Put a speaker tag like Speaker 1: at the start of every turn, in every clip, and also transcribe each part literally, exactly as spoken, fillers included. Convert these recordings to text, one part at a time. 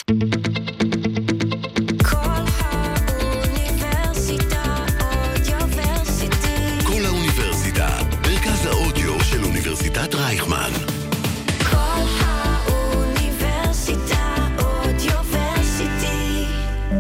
Speaker 1: כל האוניברסיטה, מרכז האודיו של אוניברסיטת רייכמן.
Speaker 2: כל האוניברסיטה אודיוורסיטי.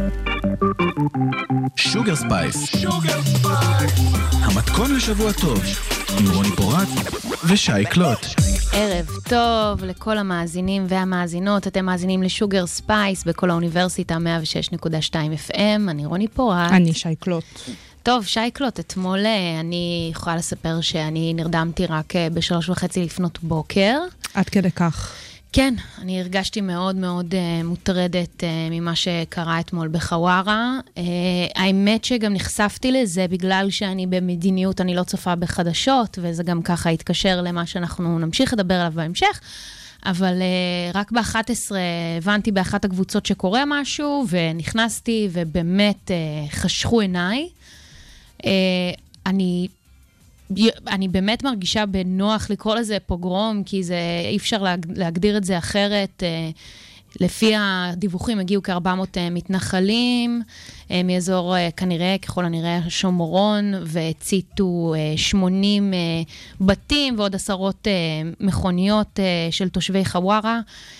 Speaker 3: שוגר ספייס, המתכון לשבוע טוב, עם רוני פורט ושי קלוט.
Speaker 4: ערב טוב לכל המאזינים והמאזינות, אתם מאזינים לשוגר ספייס בכל האוניברסיטה מאה ושש נקודה שתיים אף אם, אני רוני פורט.
Speaker 5: אני שי קלוט.
Speaker 4: טוב, שי קלוט, אתמול אני יכולה לספר שאני נרדמתי רק בשלוש וחצי לפנות בוקר.
Speaker 5: עד כדי כך.
Speaker 4: כן, אני הרגשתי מאוד מאוד uh, מוטרדת uh, ממה שקרה אתמול בחווארה. Uh, האמת שגם נחשפתי לזה בגלל שאני במדיניות, אני לא צופה בחדשות, וזה גם ככה התקשר למה שאנחנו נמשיך לדבר עליו בהמשך. אבל uh, רק ב-אחת עשרה הבנתי באחת הקבוצות שקורה משהו, ונכנסתי ובאמת uh, חשכו עיניי. Uh, אני... אני באמת מרגישה בנוח לקרוא לזה פוגרום, כי זה, אי אפשר להגדיר את זה אחרת. לפי הדיווחים הגיעו כ-ארבע מאות מתנחלים, מאזור כנראה, ככל הנראה, שומרון, והציתו שמונים בתים ועוד עשרות מכוניות של תושבי חווארה.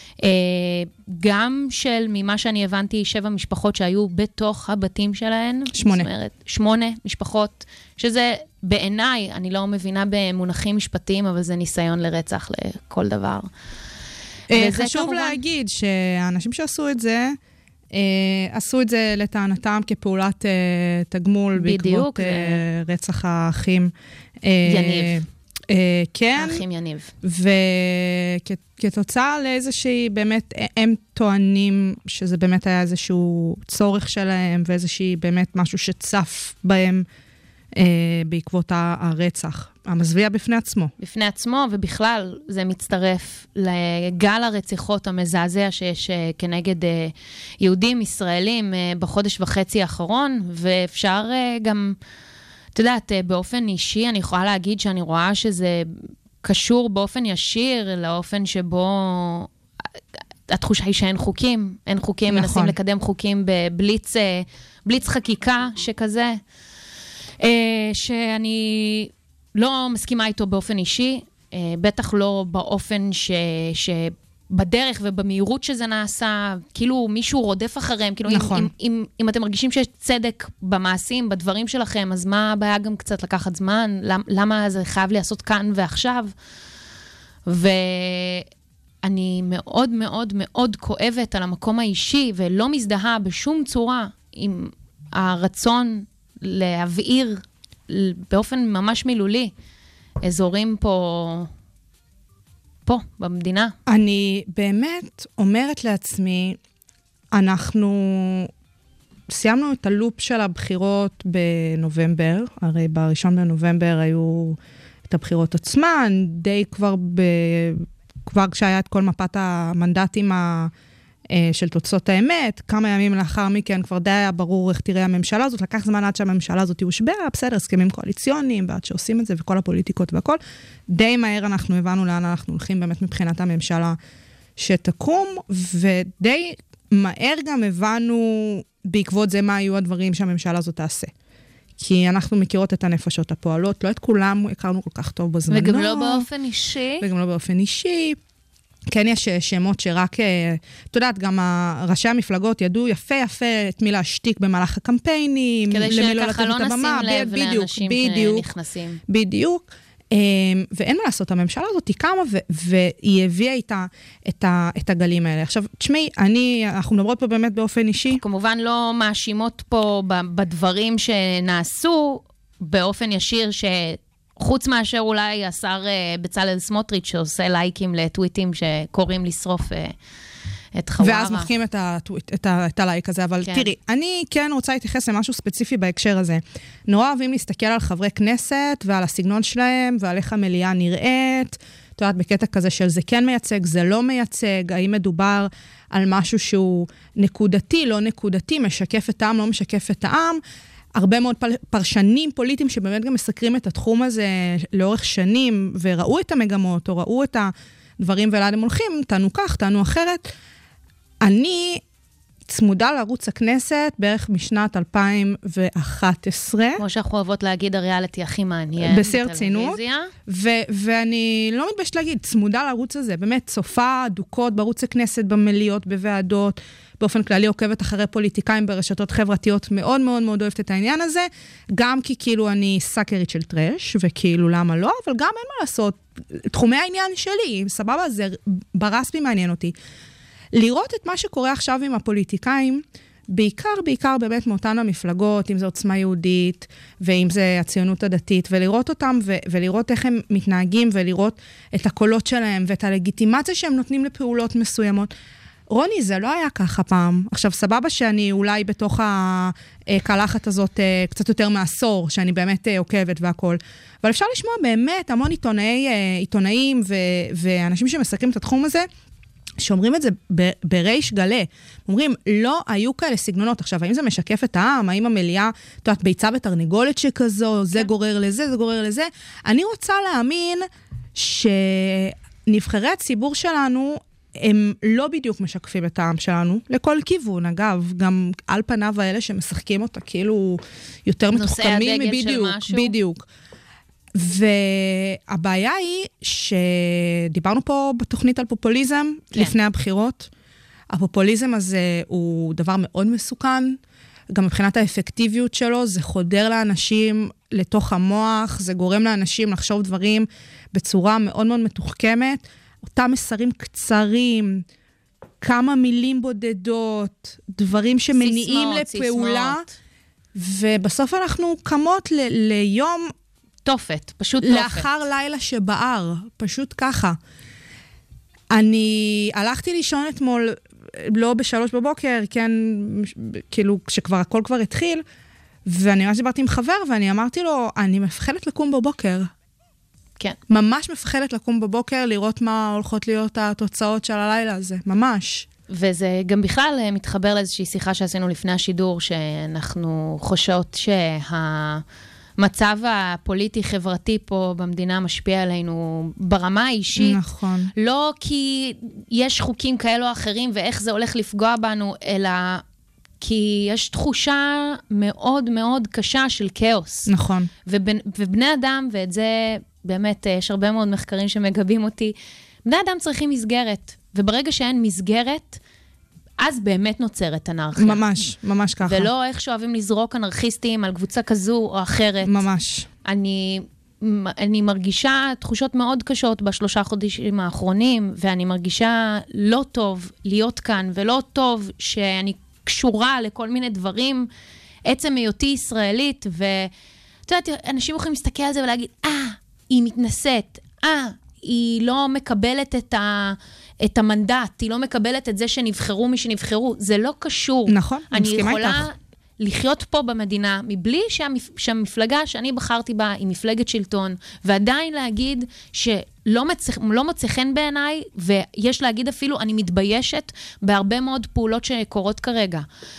Speaker 4: גם של, ממה שאני הבנתי, שבע משפחות שהיו בתוך הבתים שלהן.
Speaker 5: שמונה.
Speaker 4: זאת אומרת, שמונה משפחות, שזה בעיניי, אני לא מבינה במונחים משפטיים, אבל זה ניסיון לרצח לכל דבר.
Speaker 5: חשוב כמובן... להגיד שהאנשים שעשו את זה, עשו את זה לטענתם כפעולת תגמול,
Speaker 4: בדיוק,
Speaker 5: בעקבות
Speaker 4: זה...
Speaker 5: רצח האחים.
Speaker 4: יניב.
Speaker 5: כן.
Speaker 4: האחים יניב.
Speaker 5: וכתוצאה לאיזושהי, באמת, הם טוענים שזה באמת היה איזשהו צורך שלהם, ואיזושהי באמת משהו שצף בהם, בעקבות הרצח. המזוויע בפני עצמו.
Speaker 4: בפני עצמו, ובכלל זה מצטרף לגל הרציחות המזעזע שיש כנגד יהודים ישראלים בחודש וחצי האחרון, ואפשר גם, את יודעת, באופן אישי אני יכולה להגיד שאני רואה שזה קשור באופן ישיר לאופן שבו התחושה היא שאין חוקים, אין חוקים, נכון. מנסים לקדם חוקים בבליץ בליץ חקיקה שכזה, שאני לא מסכימה איתו באופן אישי, בטח לא באופן ש, שבדרך ובמהירות שזה נעשה, כאילו מישהו רודף אחריהם, כאילו נכון. אם, אם, אם אתם מרגישים שיש צדק במעשים, בדברים שלכם, אז מה הבעיה גם קצת לקחת זמן? למה, למה זה חייב לעשות כאן ועכשיו? ואני מאוד מאוד מאוד כואבת על המקום האישי, ולא מזדהה בשום צורה עם הרצון להבעיר באופן ממש מילולי אזורים פה פה במדינה. אני
Speaker 5: באמת אומרת לעצמי, אנחנו סיימנו את הלופ של הבחירות בנובמבר, הרי בראשון בנובמבר היו את הבחירות עצמן, די כבר ב... כבר כשהיה את כל מפת המנדטים ה... של תוצאות האמת, כמה ימים לאחר מכן כבר די היה ברור איך תראה הממשלה הזאת, לקח זמן עד שהממשלה הזאת יושבעה, בסדר, הסכמים קואליציוניים, ועד שעושים את זה, וכל הפוליטיקות והכל, די מהר אנחנו הבנו לאן אנחנו הולכים באמת מבחינת הממשלה שתקום, ודי מהר גם הבנו בעקבות זה מה היו הדברים שהממשלה הזאת תעשה. כי אנחנו מכירות את הנפשות הפועלות, לא את כולם הכרנו כל כך טוב בזמנו.
Speaker 4: וגם לא באופן אישי.
Speaker 5: וגם לא באופן אישי. כן, יש שמות שרק, את יודעת, גם ראשי המפלגות ידעו יפה יפה את מי להשתיק במהלך הקמפיינים,
Speaker 4: כדי שככה לא נשים לב לאנשים שנכנסים.
Speaker 5: בדיוק. ואין מה לעשות, הממשלה הזאת היא קמה, והיא הביאה איתה את הגלים האלה. עכשיו, תשמעי, אני, אנחנו מדברות פה באמת באופן אישי.
Speaker 4: כמובן לא מאשימות פה בדברים שנעשו באופן ישיר ש... חוץ מאשר אולי השר בצלאל סמוטריץ' שעושה לייקים לטוויטים שקוראים לשרוף את חווארה.
Speaker 5: ואז מוחקים את, הטוויט, את, ה, את הלייק הזה. אבל כן. תראי, אני כן רוצה להתייחס למשהו ספציפי בהקשר הזה. נורא אוהבים להסתכל על חברי כנסת ועל הסגנון שלהם ועל איך המליאה נראית. את יודעת, בקטע כזה של זה כן מייצג, זה לא מייצג, האם מדובר על משהו שהוא נקודתי, לא נקודתי, משקף את העם, לא משקף את העם. הרבה מאוד פרשנים פוליטיים שבאמת גם מסקרים את התחום הזה לאורך שנים, וראו את המגמות, או ראו את הדברים ולעד הם הולכים, תענו כך, תענו אחרת. אני צמודה לערוץ הכנסת בערך משנת אלפיים ואחת עשרה.
Speaker 4: כמו שאנחנו אוהבות להגיד, הריאליטי הכי מעניין.
Speaker 5: בשיא הרצינות. ו- ואני לא מתביישת להגיד, צמודה לערוץ הזה, באמת צופה דוקות בערוץ הכנסת, במליאות, בוועדות, באופן כללי עוקבת אחרי פוליטיקאים ברשתות חברתיות, מאוד מאוד מאוד אוהבת את העניין הזה, גם כי כאילו אני סאקרית של טרש, וכאילו למה לא, אבל גם אין מה לעשות, תחומי העניין שלי, סבבה, זה ברספי מעניין אותי. לראות את מה שקורה עכשיו עם הפוליטיקאים, בעיקר, בעיקר באמת מאותן המפלגות, אם זה עוצמה יהודית, ואם זה הציונות הדתית, ולראות אותם, ו- ולראות איך הם מתנהגים, ולראות את הקולות שלהם, ואת הלגיטימציה שהם נותנים לפעולות מסוימות. רוני, זה לא היה ככה פעם. עכשיו, סבבה שאני אולי בתוך הקלחת הזאת קצת יותר מעשור, שאני באמת עוקבת והכל. אבל אפשר לשמוע באמת המון עיתונאי, עיתונאים ו- ואנשים שמסקרים את התחום הזה, שאומרים את זה בריש גלה. אומרים, לא היו כאלה סגנונות. עכשיו, האם זה משקף את העם? האם המליאה, את יודעת, ביצה בתרנגולת שכזו, זה גורר לזה, זה גורר לזה? אני רוצה להאמין שנבחרי הציבור שלנו, הם לא בדיוק משקפים את העם שלנו, לכל כיוון, אגב, גם על פניו האלה שמשחקים אותה, כאילו יותר מתוחכמים מבדיוק, בדיוק. והבעיה היא שדיברנו פה בתוכנית על פופוליזם, כן. לפני הבחירות. הפופוליזם הזה הוא דבר מאוד מסוכן, גם מבחינת האפקטיביות שלו, זה חודר לאנשים לתוך המוח, זה גורם לאנשים לחשוב דברים בצורה מאוד מאוד מתוחכמת, אותם מסרים קצרים, כמה מילים בודדות, דברים שמניעים סיסמות, לפעולה, סיסמות. ובסוף אנחנו קמות ל- ליום
Speaker 4: תופת, פשוט תופת.
Speaker 5: לאחר לילה שבער, פשוט ככה. אני הלכתי לישון אתמול, לא בשלוש בבוקר, כן, כאילו, כשכבר הכל כבר התחיל, ואני ממש דיברתי עם חבר, ואני אמרתי לו, אני מפחדת לקום בבוקר.
Speaker 4: כן.
Speaker 5: ממש מפחדת לקום בבוקר, לראות מה הולכות להיות התוצאות של הלילה הזה, ממש.
Speaker 4: וזה גם בכלל מתחבר לאיזושהי שיחה שעשינו לפני השידור, שאנחנו חושבות שהמצב הפוליטי-חברתי פה במדינה משפיע עלינו ברמה האישית.
Speaker 5: נכון.
Speaker 4: לא כי יש חוקים כאלו או אחרים, ואיך זה הולך לפגוע בנו, אלא כי יש תחושה מאוד מאוד קשה של כאוס.
Speaker 5: נכון.
Speaker 4: ובנ, ובני אדם, ואת זה באמת, יש הרבה מאוד מחקרים שמגבים אותי, בני אדם צריכים מסגרת, וברגע שאין מסגרת, אז באמת נוצרת אנרכיה.
Speaker 5: ממש, ממש ככה.
Speaker 4: ולא איך שאוהבים לזרוק אנרכיסטים על קבוצה כזו או אחרת.
Speaker 5: ממש.
Speaker 4: אני, אני מרגישה תחושות מאוד קשות בשלושה חודשים האחרונים, ואני מרגישה לא טוב להיות כאן, ולא טוב שאני קשורה לכל מיני דברים, עצם היותי ישראלית, ואת יודעת, אנשים יכולים להסתכל על זה ולהגיד, אה, היא מתנשאת, אה, היא לא מקבלת את, ה, את המנדט, היא לא מקבלת את זה שנבחרו מי שנבחרו, זה לא קשור. נכון, אני מסכימה איתך. אני יכולה לחיות פה במדינה, מבלי שהמפ, שהמפלגה שאני בחרתי בה היא מפלגת שלטון, ועדיין להגיד שלא מצח, לא מוצא חן בעיניי, ויש להגיד אפילו, אני מתביישת בהרבה מאוד פעולות שקורות כרגע.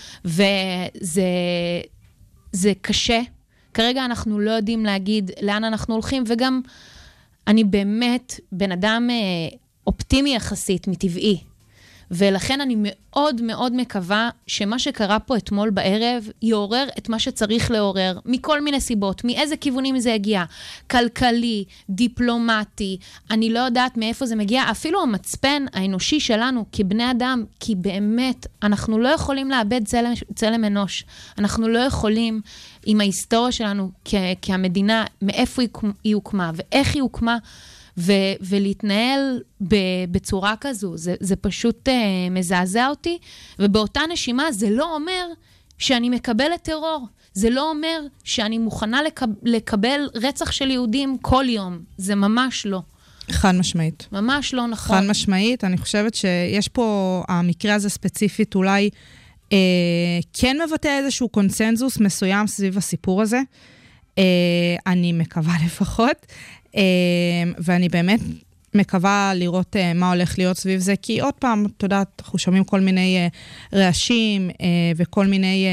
Speaker 4: וזה זה קשה. כרגע אנחנו לא יודעים להגיד לאן אנחנו הולכים, וגם אני באמת בן אדם אופטימי יחסית, מטבעי. ולכן אני מאוד מאוד מקווה שמה שקרה פה אתמול בערב יעורר את מה שצריך לעורר, מכל מיני סיבות, מאיזה כיוונים זה הגיע, כלכלי, דיפלומטי, אני לא יודעת מאיפה זה מגיע, אפילו המצפן האנושי שלנו כבני אדם, כי באמת אנחנו לא יכולים לאבד צלם, צלם אנוש, אנחנו לא יכולים עם ההיסטוריה שלנו כ- כהמדינה, מאיפה היא הוקמה ואיך היא הוקמה, ו- ולהתנהל ב- בצורה כזו, זה, זה פשוט uh, מזעזע אותי, ובאותה נשימה זה לא אומר שאני מקבלת טרור, זה לא אומר שאני מוכנה לקב- לקבל רצח של יהודים כל יום, זה ממש לא.
Speaker 5: חד משמעית.
Speaker 4: ממש לא נכון.
Speaker 5: חד משמעית, אני חושבת שיש פה, המקרה הזה ספציפית אולי, אה, כן מבטא איזשהו קונסנזוס מסוים סביב הסיפור הזה, אה, אני מקווה לפחות, ואני באמת מקווה לראות מה הולך להיות סביב זה, כי עוד פעם, אתה יודעת, אנחנו שומעים כל מיני רעשים וכל מיני,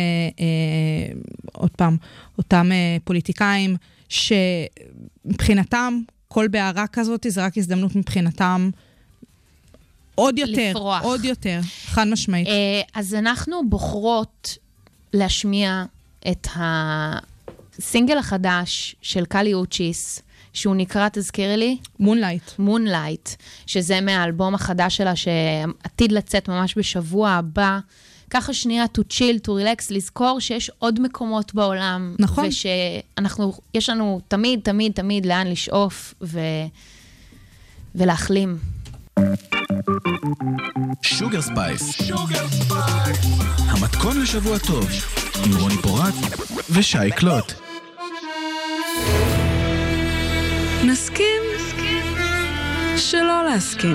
Speaker 5: עוד פעם, אותם פוליטיקאים, שמבחינתם, כל בערה כזאת זה רק הזדמנות מבחינתם, עוד יותר,
Speaker 4: לפרוח.
Speaker 5: עוד יותר, חד משמעית.
Speaker 4: אז אנחנו בוחרות להשמיע את הסינגל החדש של קלי אוצ'יס, שהוא נקרא, תזכירי לי?
Speaker 5: מונלייט.
Speaker 4: מונלייט, שזה מהאלבום החדש שלה, שעתיד לצאת ממש בשבוע הבא. ככה שנייה, to chill, to relax, לזכור שיש עוד מקומות בעולם.
Speaker 5: נכון.
Speaker 4: ושאנחנו, יש לנו תמיד, תמיד, תמיד לאן לשאוף ו... ולהחלים.
Speaker 3: שוגר ספייס. המתכון לשבוע טוב. עם רוני פורט ושי קלוט.
Speaker 2: נסכים שלא להסכים.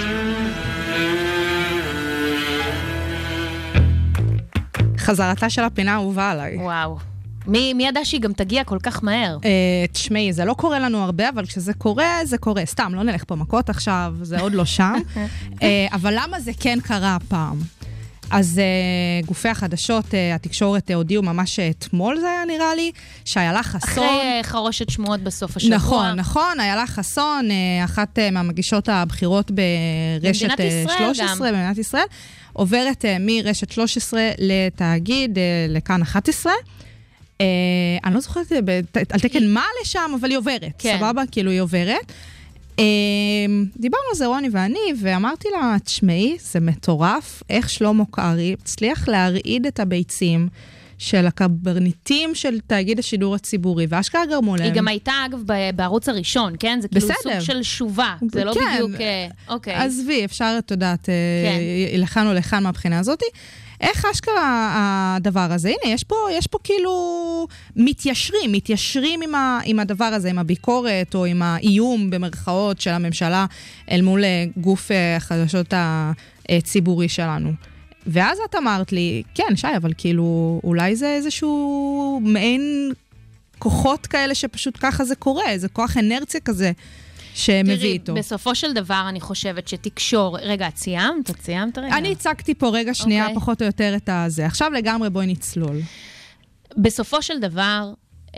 Speaker 5: חזרתה של הפינה אהובה עליי.
Speaker 4: וואו. מי, מי ידע שהיא גם תגיע כל כך מהר?
Speaker 5: Uh, תשמעי, זה לא קורה לנו הרבה, אבל כשזה קורה, זה קורה. סתם, לא נלך פה מכות עכשיו, זה עוד לא שם. uh, אבל למה זה כן קרה הפעם? אז uh, גופי החדשות, uh, התקשורת הודיעו ממש אתמול, זה היה נראה לי, שאיילה חסון...
Speaker 4: אחרי uh, חרושת שמועות בסוף השבוע.
Speaker 5: נכון, נכון, איילה חסון, uh, אחת uh, מהמגישות הבחירות ברשת uh, שלוש עשרה במדינת ישראל, עוברת uh, מרשת שלוש עשרה לתאגיד, uh, לכאן אחת עשרה, Uh, אני לא זוכרת על תקן מה לשם, אבל היא עוברת, כן. סבבה? כאילו היא עוברת. Uh, דיברנו על זה רוני ואני, ואמרתי לה, תשמעי, זה מטורף, איך שלמה קרעי הצליח להרעיד את הביצים של הקברניטים של תאגיד השידור הציבורי, ואשכרה גרמו להם.
Speaker 4: היא גם הייתה, אגב, בערוץ הראשון, כן? זה כאילו סוג של שובה, זה לא
Speaker 5: כן.
Speaker 4: בדיוק, אוקיי.
Speaker 5: אז וי, אפשר, את יודעת, כן. לכאן או לכאן מהבחינה הזאת. איך אשכרה הדבר הזה? הנה, יש פה, יש פה כאילו מתיישרים, מתיישרים עם, ה, עם הדבר הזה, עם הביקורת או עם האיום במרכאות של הממשלה אל מול גוף החדשות הציבורי שלנו. ואז את אמרת לי, כן, שי, אבל כאילו, אולי זה איזשהו מעין כוחות כאלה שפשוט ככה זה קורה, איזה כוח אנרציה כזה. שמביא איתו.
Speaker 4: תראי, בסופו של דבר אני חושבת שתקשור... רגע, את סיימת? את סיימת רגע?
Speaker 5: אני הצגתי פה רגע שנייה, okay. פחות או יותר את הזה. עכשיו לגמרי בואי נצלול.
Speaker 4: בסופו של דבר,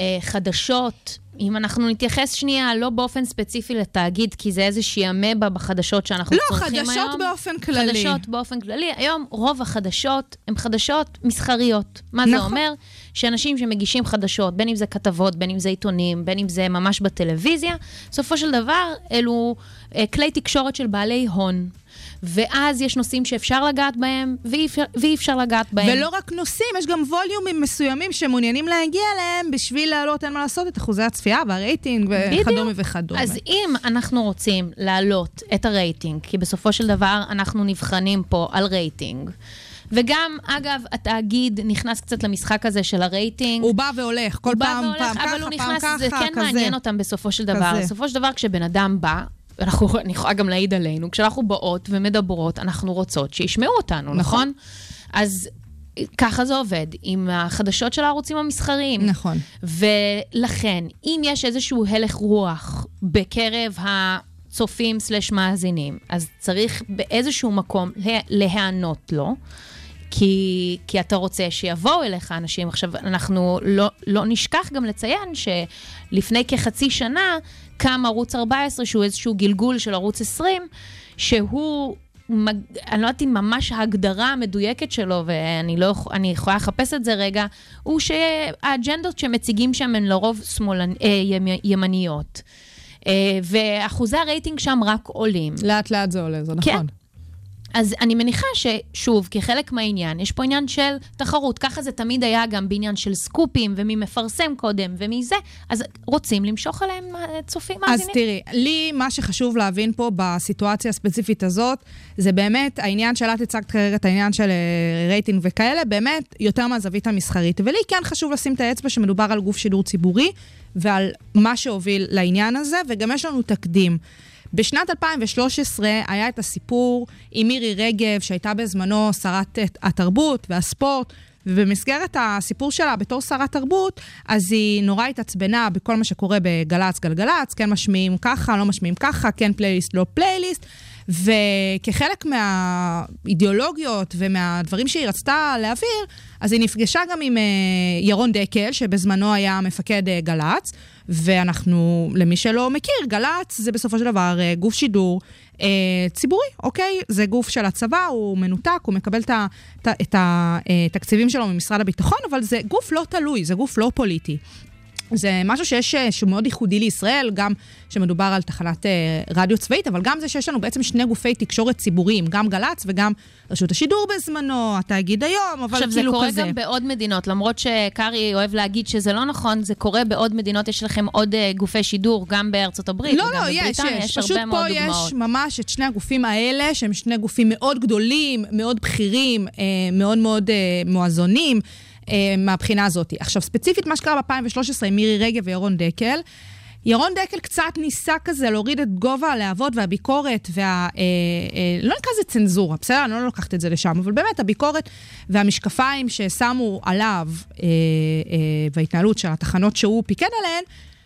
Speaker 4: חדשות, אם אנחנו נתייחס שנייה, לא באופן ספציפי לתאגיד, כי זה איזושהי אמבה בחדשות שאנחנו
Speaker 5: לא,
Speaker 4: צורכים היום.
Speaker 5: לא, חדשות באופן כללי.
Speaker 4: חדשות באופן כללי. היום רוב החדשות הן חדשות מסחריות. מה נכון. זה אומר? שאנשים שמגישים חדשות, בין אם זה כתבות, בין אם זה עיתונים, בין אם זה ממש בטלוויזיה, בסופו של דבר אלו אה, כלי תקשורת של בעלי הון. ואז יש נושאים שאפשר לגעת בהם, ואי אפשר, ואי אפשר לגעת בהם.
Speaker 5: ולא רק נושאים, יש גם ווליומים מסוימים שמעוניינים להגיע אליהם, בשביל להעלות, אין מה לעשות, את אחוזי הצפייה והרייטינג וכדומה וכדומה.
Speaker 4: אז אם אנחנו רוצים להעלות את הרייטינג, כי בסופו של דבר אנחנו נבחנים פה על רייטינג, וגם, אגב, התאגיד נכנס קצת למשחק הזה של הרייטינג.
Speaker 5: הוא בא והולך, כל פעם,
Speaker 4: והולך,
Speaker 5: פעם ככה,
Speaker 4: פעם
Speaker 5: נכנס,
Speaker 4: ככה, זה כן
Speaker 5: כזה.
Speaker 4: מעניין אותם בסופו של דבר. כזה. בסופו של דבר, כשבן אדם בא, אנחנו, אני יכולה גם להעיד עלינו, כשאנחנו באות ומדברות, אנחנו רוצות שישמעו אותנו, נכון? נכון? אז ככה זה עובד, עם החדשות של הערוצים המסחריים.
Speaker 5: נכון.
Speaker 4: ולכן, אם יש איזשהו הלך רוח בקרב הצופים סלש מאזינים, אז צריך באיזשהו מקום להיענות לו, כי, כי אתה רוצה שיבואו אליך אנשים. עכשיו, אנחנו לא, לא נשכח גם לציין שלפני כחצי שנה קם ערוץ ארבע עשרה, שהוא איזשהו גלגול של ערוץ עשרים, שהוא, אני לא יודעת אם ממש ההגדרה המדויקת שלו, ואני לא, אני יכולה לחפש את זה רגע, הוא שהאג'נדות שמציגים שם הן לרוב שמאלנ, ימניות. ואחוזי הרייטינג שם רק עולים.
Speaker 5: לאט לאט זה עולה, זה נכון.
Speaker 4: כן. אז אני מניחה ששוב, כחלק מהעניין, יש פה עניין של תחרות. ככה זה תמיד היה גם בעניין של סקופים, ומי מפרסם קודם, ומי זה. אז רוצים למשוך עליהם צופים מאזינים.
Speaker 5: אז תראי, לי מה שחשוב להבין פה בסיטואציה הספציפית הזאת, זה באמת העניין של את הצגת כרגע את העניין של רייטינג וכאלה, באמת יותר מהזווית המסחרית. ולי כן חשוב לשים את האצבע שמדובר על גוף שידור ציבורי, ועל מה שהוביל לעניין הזה, וגם יש לנו תקדים. בשנת אלפיים ושלוש עשרה היה את הסיפור עם מירי רגב, שהייתה בזמנו שרת התרבות והספורט, ובמסגרת הסיפור שלה בתור שרת תרבות, אז היא נורא התעצבנה בכל מה שקורה בגלץ, גלגלץ, כן משמיעים ככה, לא משמיעים ככה, כן פלייליסט, לא פלייליסט, וכחלק מהאידיאולוגיות ומהדברים שהיא רצתה להעביר, אז היא נפגשה גם עם ירון דקל, שבזמנו היה מפקד גלץ, ואנחנו, למי שלא מכיר, גל"צ זה בסופו של דבר גוף שידור ציבורי, אוקיי? זה גוף של הצבא, הוא מנותק, הוא מקבל את התקציבים שלו ממשרד הביטחון, אבל זה גוף לא תלוי, זה גוף לא פוליטי. זה משהו שיש, שהוא מאוד ייחודי לישראל, גם שמדובר על תחנת רדיו צבאית, אבל גם זה שיש לנו בעצם שני גופי תקשורת ציבוריים, גם גל"צ וגם רשות השידור בזמנו, התאגיד היום, אבל
Speaker 4: עכשיו,
Speaker 5: כאילו כזה.
Speaker 4: עכשיו, זה קורה גם בעוד מדינות, למרות שקרי אוהב להגיד שזה לא נכון, זה קורה בעוד מדינות, יש לכם עוד גופי שידור, גם בארצות הברית
Speaker 5: לא,
Speaker 4: וגם
Speaker 5: לא,
Speaker 4: בבריטניה,
Speaker 5: יש,
Speaker 4: יש,
Speaker 5: יש.
Speaker 4: יש הרבה מאוד דוגמאות.
Speaker 5: פשוט פה יש ממש את שני הגופים האלה, שהם שני גופים מאוד גדולים, מאוד בכירים, מאוד מאוד מואזונים, מהבחינה הזאת. עכשיו, ספציפית מה שקרה ב-אלפיים ושלוש עשרה עם מירי רגב וירון דקל, ירון דקל קצת ניסה כזה להוריד את גובה הלהבות והביקורת, וה, אה, אה, לא נקרא זה צנזורה, בסדר? אני לא לוקחת את זה לשם, אבל באמת הביקורת והמשקפיים ששמו עליו, אה, אה, וההתנהלות של התחנות שהוא פיקד עליהן,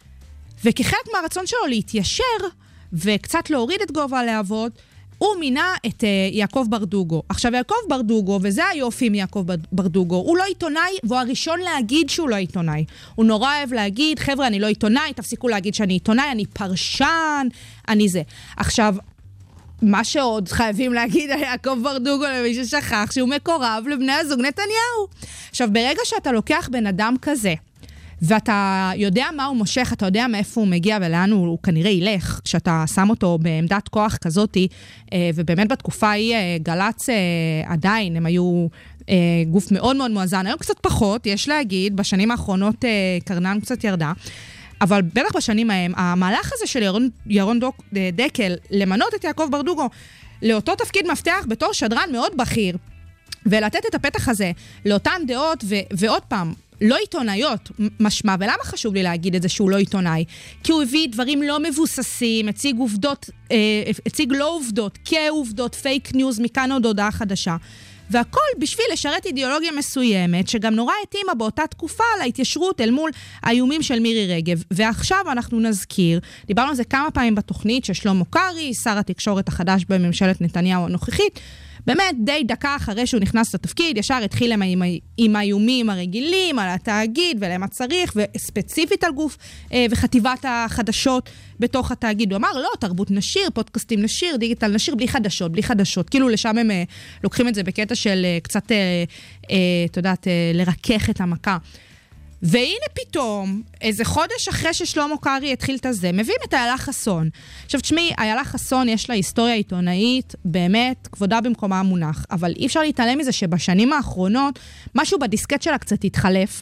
Speaker 5: וכחלק מהרצון שלו להתיישר, וקצת להוריד את גובה הלהבות, הוא מינה את uh, יעקב ברדוגו. עכשיו, יעקב ברדוגו, וזה היופי מיעקב ברדוגו, הוא לא עיתונאי, והוא הראשון להגיד שהוא לא עיתונאי. הוא נורא אוהב להגיד, חבר'ה, אני לא עיתונאי, תפסיקו להגיד שאני עיתונאי, אני פרשן, אני זה. עכשיו, מה שעוד חייבים להגיד על יעקב ברדוגו, למי ששכח, שהוא מקורב לבני הזוג נתניהו. עכשיו, ברגע שאתה לוקח בן אדם כזה, ואתה יודע מה הוא מושך, אתה יודע מאיפה הוא מגיע ולאן הוא, הוא כנראה ילך, כשאתה שם אותו בעמדת כוח כזאת, ובאמת בתקופה היא גל"צ עדיין, הם היו גוף מאוד מאוד מואזן, היום קצת פחות, יש להגיד, בשנים האחרונות קרנן קצת ירדה, אבל בטח בשנים ההם, המהלך הזה של ירון, ירון דוק, דקל, למנות את יעקב ברדוגו, לאותו תפקיד מפתח בתור שדרן מאוד בכיר, ולתת את הפתח הזה לאותן דעות, ו- ועוד פעם, לא עיתונאיות משמע, ולמה חשוב לי להגיד את זה שהוא לא עיתונאי? כי הוא הביא דברים לא מבוססים, הציג עובדות, אה, הציג לא עובדות, כעובדות, פייק ניוז, מכאן עוד הודעה חדשה. והכל בשביל לשרת אידיאולוגיה מסוימת, שגם נורא התאימה באותה תקופה להתיישרות אל מול האיומים של מירי רגב. ועכשיו אנחנו נזכיר, דיברנו על זה כמה פעמים בתוכנית, ששלמה קרעי, שר התקשורת החדש בממשלת נתניהו הנוכחית, באמת די דקה אחרי שהוא נכנס לתפקיד, ישר התחיל עם, עם, עם האיומים הרגילים, על התאגיד ולמה צריך, וספציפית על גוף אה, וחטיבת החדשות בתוך התאגיד. הוא אמר, לא, תרבות נשיר, פודקאסטים נשיר, דיגיטל נשיר, בלי חדשות, בלי חדשות. כאילו לשם הם אה, לוקחים את זה בקטע של אה, קצת, אה, אה, תודעת, אה, לרכך את המכה. והנה פתאום, איזה חודש אחרי ששלמה קרעי התחיל את הזה, מביאים את איילה חסון. עכשיו תשמעי, איילה חסון יש לה היסטוריה עיתונאית, באמת, כבודה במקומה המונח, אבל אי אפשר להתעלם מזה שבשנים האחרונות, משהו בדיסקט שלה קצת התחלף,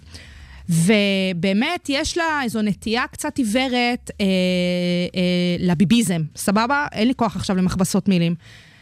Speaker 5: ובאמת יש לה איזו נטייה קצת עיוורת אה, אה, לביביזם, סבבה? אין לי כוח עכשיו למכבסות מילים.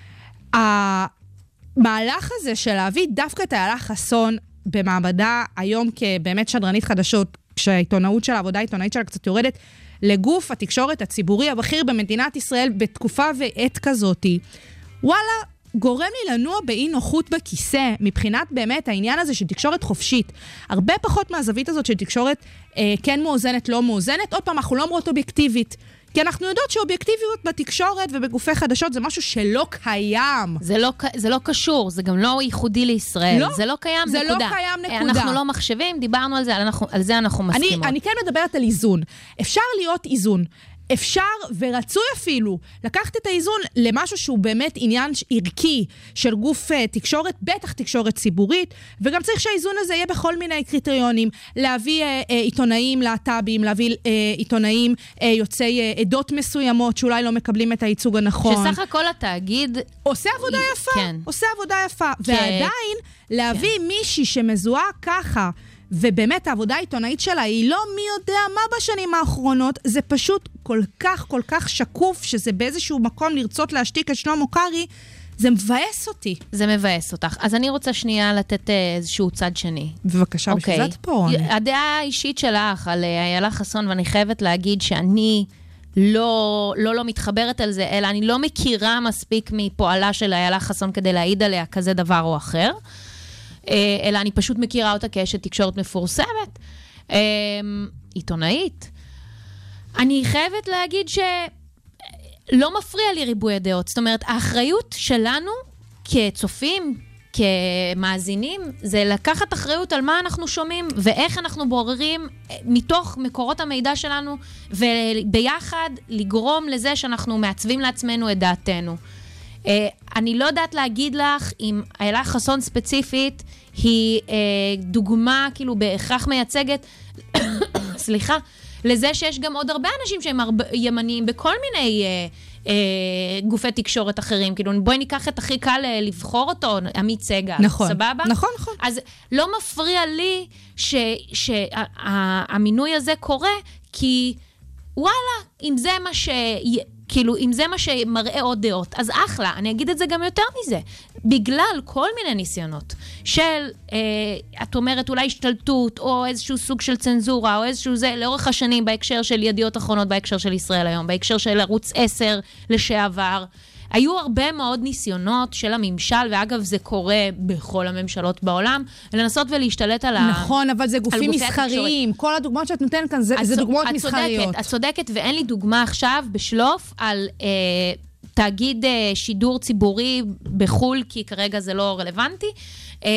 Speaker 5: המהלך הזה של להביא דווקא את איילה חסון, במעבדה היום כבאמת שדרנית חדשות, כשהעיתונאות של העבודה העיתונאית שלה קצת יורדת, לגוף התקשורת הציבורי הבכיר במדינת ישראל בתקופה ועת כזאת, וואלה, גורם לי לנוע באי נוחות בכיסא, מבחינת באמת העניין הזה של תקשורת חופשית. הרבה פחות מהזווית הזאת של תקשורת אה, כן מאוזנת, לא מאוזנת. עוד פעם, אנחנו לא אומרות אובייקטיבית. כי אנחנו יודעות שאובייקטיביות בתקשורת ובגופי חדשות זה משהו שלא קיים.
Speaker 4: זה לא, זה לא קשור, זה גם לא ייחודי לישראל.
Speaker 5: לא,
Speaker 4: זה לא קיים,
Speaker 5: זה
Speaker 4: נקודה.
Speaker 5: לא קיים, נקודה.
Speaker 4: אנחנו לא מחשבים, דיברנו על זה, אנחנו, על זה אנחנו מסכימות.
Speaker 5: אני, אני כן מדברת על איזון. אפשר להיות איזון. אפשר ורצוי אפילו לקחת את האיזון למשהו שהוא באמת עניין ערכי של גוף תקשורת, בטח תקשורת ציבורית, וגם צריך שהאיזון הזה יהיה בכל מיני קריטריונים, להביא אה, אה, עיתונאים להט"בים, להביא אה, עיתונאים אה, יוצאי אה, עדות מסוימות שאולי לא מקבלים את הייצוג הנכון.
Speaker 4: שסך הכל התאגיד
Speaker 5: עושה עבודה יפה,
Speaker 4: כן.
Speaker 5: עושה עבודה יפה, ועדיין להביא כן. מישהי שמזוהה ככה, ובאמת העבודה העיתונאית שלה היא לא מי יודע מה בשנים האחרונות, זה פשוט כל כך כל כך שקוף, שזה באיזשהו מקום לרצות להשתיק את שלמה קרעי, זה מבאס אותי.
Speaker 4: זה מבאס אותך. אז אני רוצה שנייה לתת איזשהו צד שני.
Speaker 5: בבקשה, בשביל זה את פה.
Speaker 4: הדעה האישית שלך על איילה חסון, ואני חייבת להגיד שאני לא, לא, לא מתחברת על זה, אלא אני לא מכירה מספיק מפועלה של איילה חסון כדי להעיד עליה כזה דבר או אחר. אלא אני פשוט מכירה אותה כאשת תקשורת מפורסמת, עיתונאית. אני חייבת להגיד שלא מפריע לי ריבוי הדעות. זאת אומרת, האחריות שלנו כצופים, כמאזינים, זה לקחת אחריות על מה אנחנו שומעים, ואיך אנחנו בוררים מתוך מקורות המידע שלנו, וביחד לגרום לזה שאנחנו מעצבים לעצמנו את דעתנו. אני לא יודעת להגיד לך אם איילה חסון ספציפית היא דוגמה כאילו בהכרח מייצגת, סליחה, לזה שיש גם עוד הרבה אנשים שהם ימניים בכל מיני גופי תקשורת אחרים. כאילו, בואי ניקח את הכי קל לבחור אותו, עמית סגל.
Speaker 5: נכון.
Speaker 4: סבבה?
Speaker 5: נכון, נכון.
Speaker 4: אז לא מפריע לי שהמינוי הזה קורה, כי וואלה, אם זה מה ש... כאילו, אם זה מה שמראה עוד דעות, אז אחלה, אני אגיד את זה גם יותר מזה. בגלל כל מיני ניסיונות של, אה, את אומרת, אולי השתלטות, או איזשהו סוג של צנזורה, או איזשהו זה, לאורך השנים, בהקשר של ידיעות אחרונות, בהקשר של ישראל היום, בהקשר של ערוץ עשר לשעבר, היו הרבה מאוד ניסיונות של הממשל, ואגב זה קורה בכל הממשלות בעולם, לנסות ולהשתלט על ה...
Speaker 5: נכון, אבל זה גופים מסחריים. כל הדוגמאות שאת נותנת כאן, זה, זה דוגמאות
Speaker 4: את
Speaker 5: מסחריות.
Speaker 4: צודקת, את צודקת, ואין לי דוגמה עכשיו בשלוף על אה, תאגיד אה, שידור ציבורי בחול, כי כרגע זה לא רלוונטי, אה,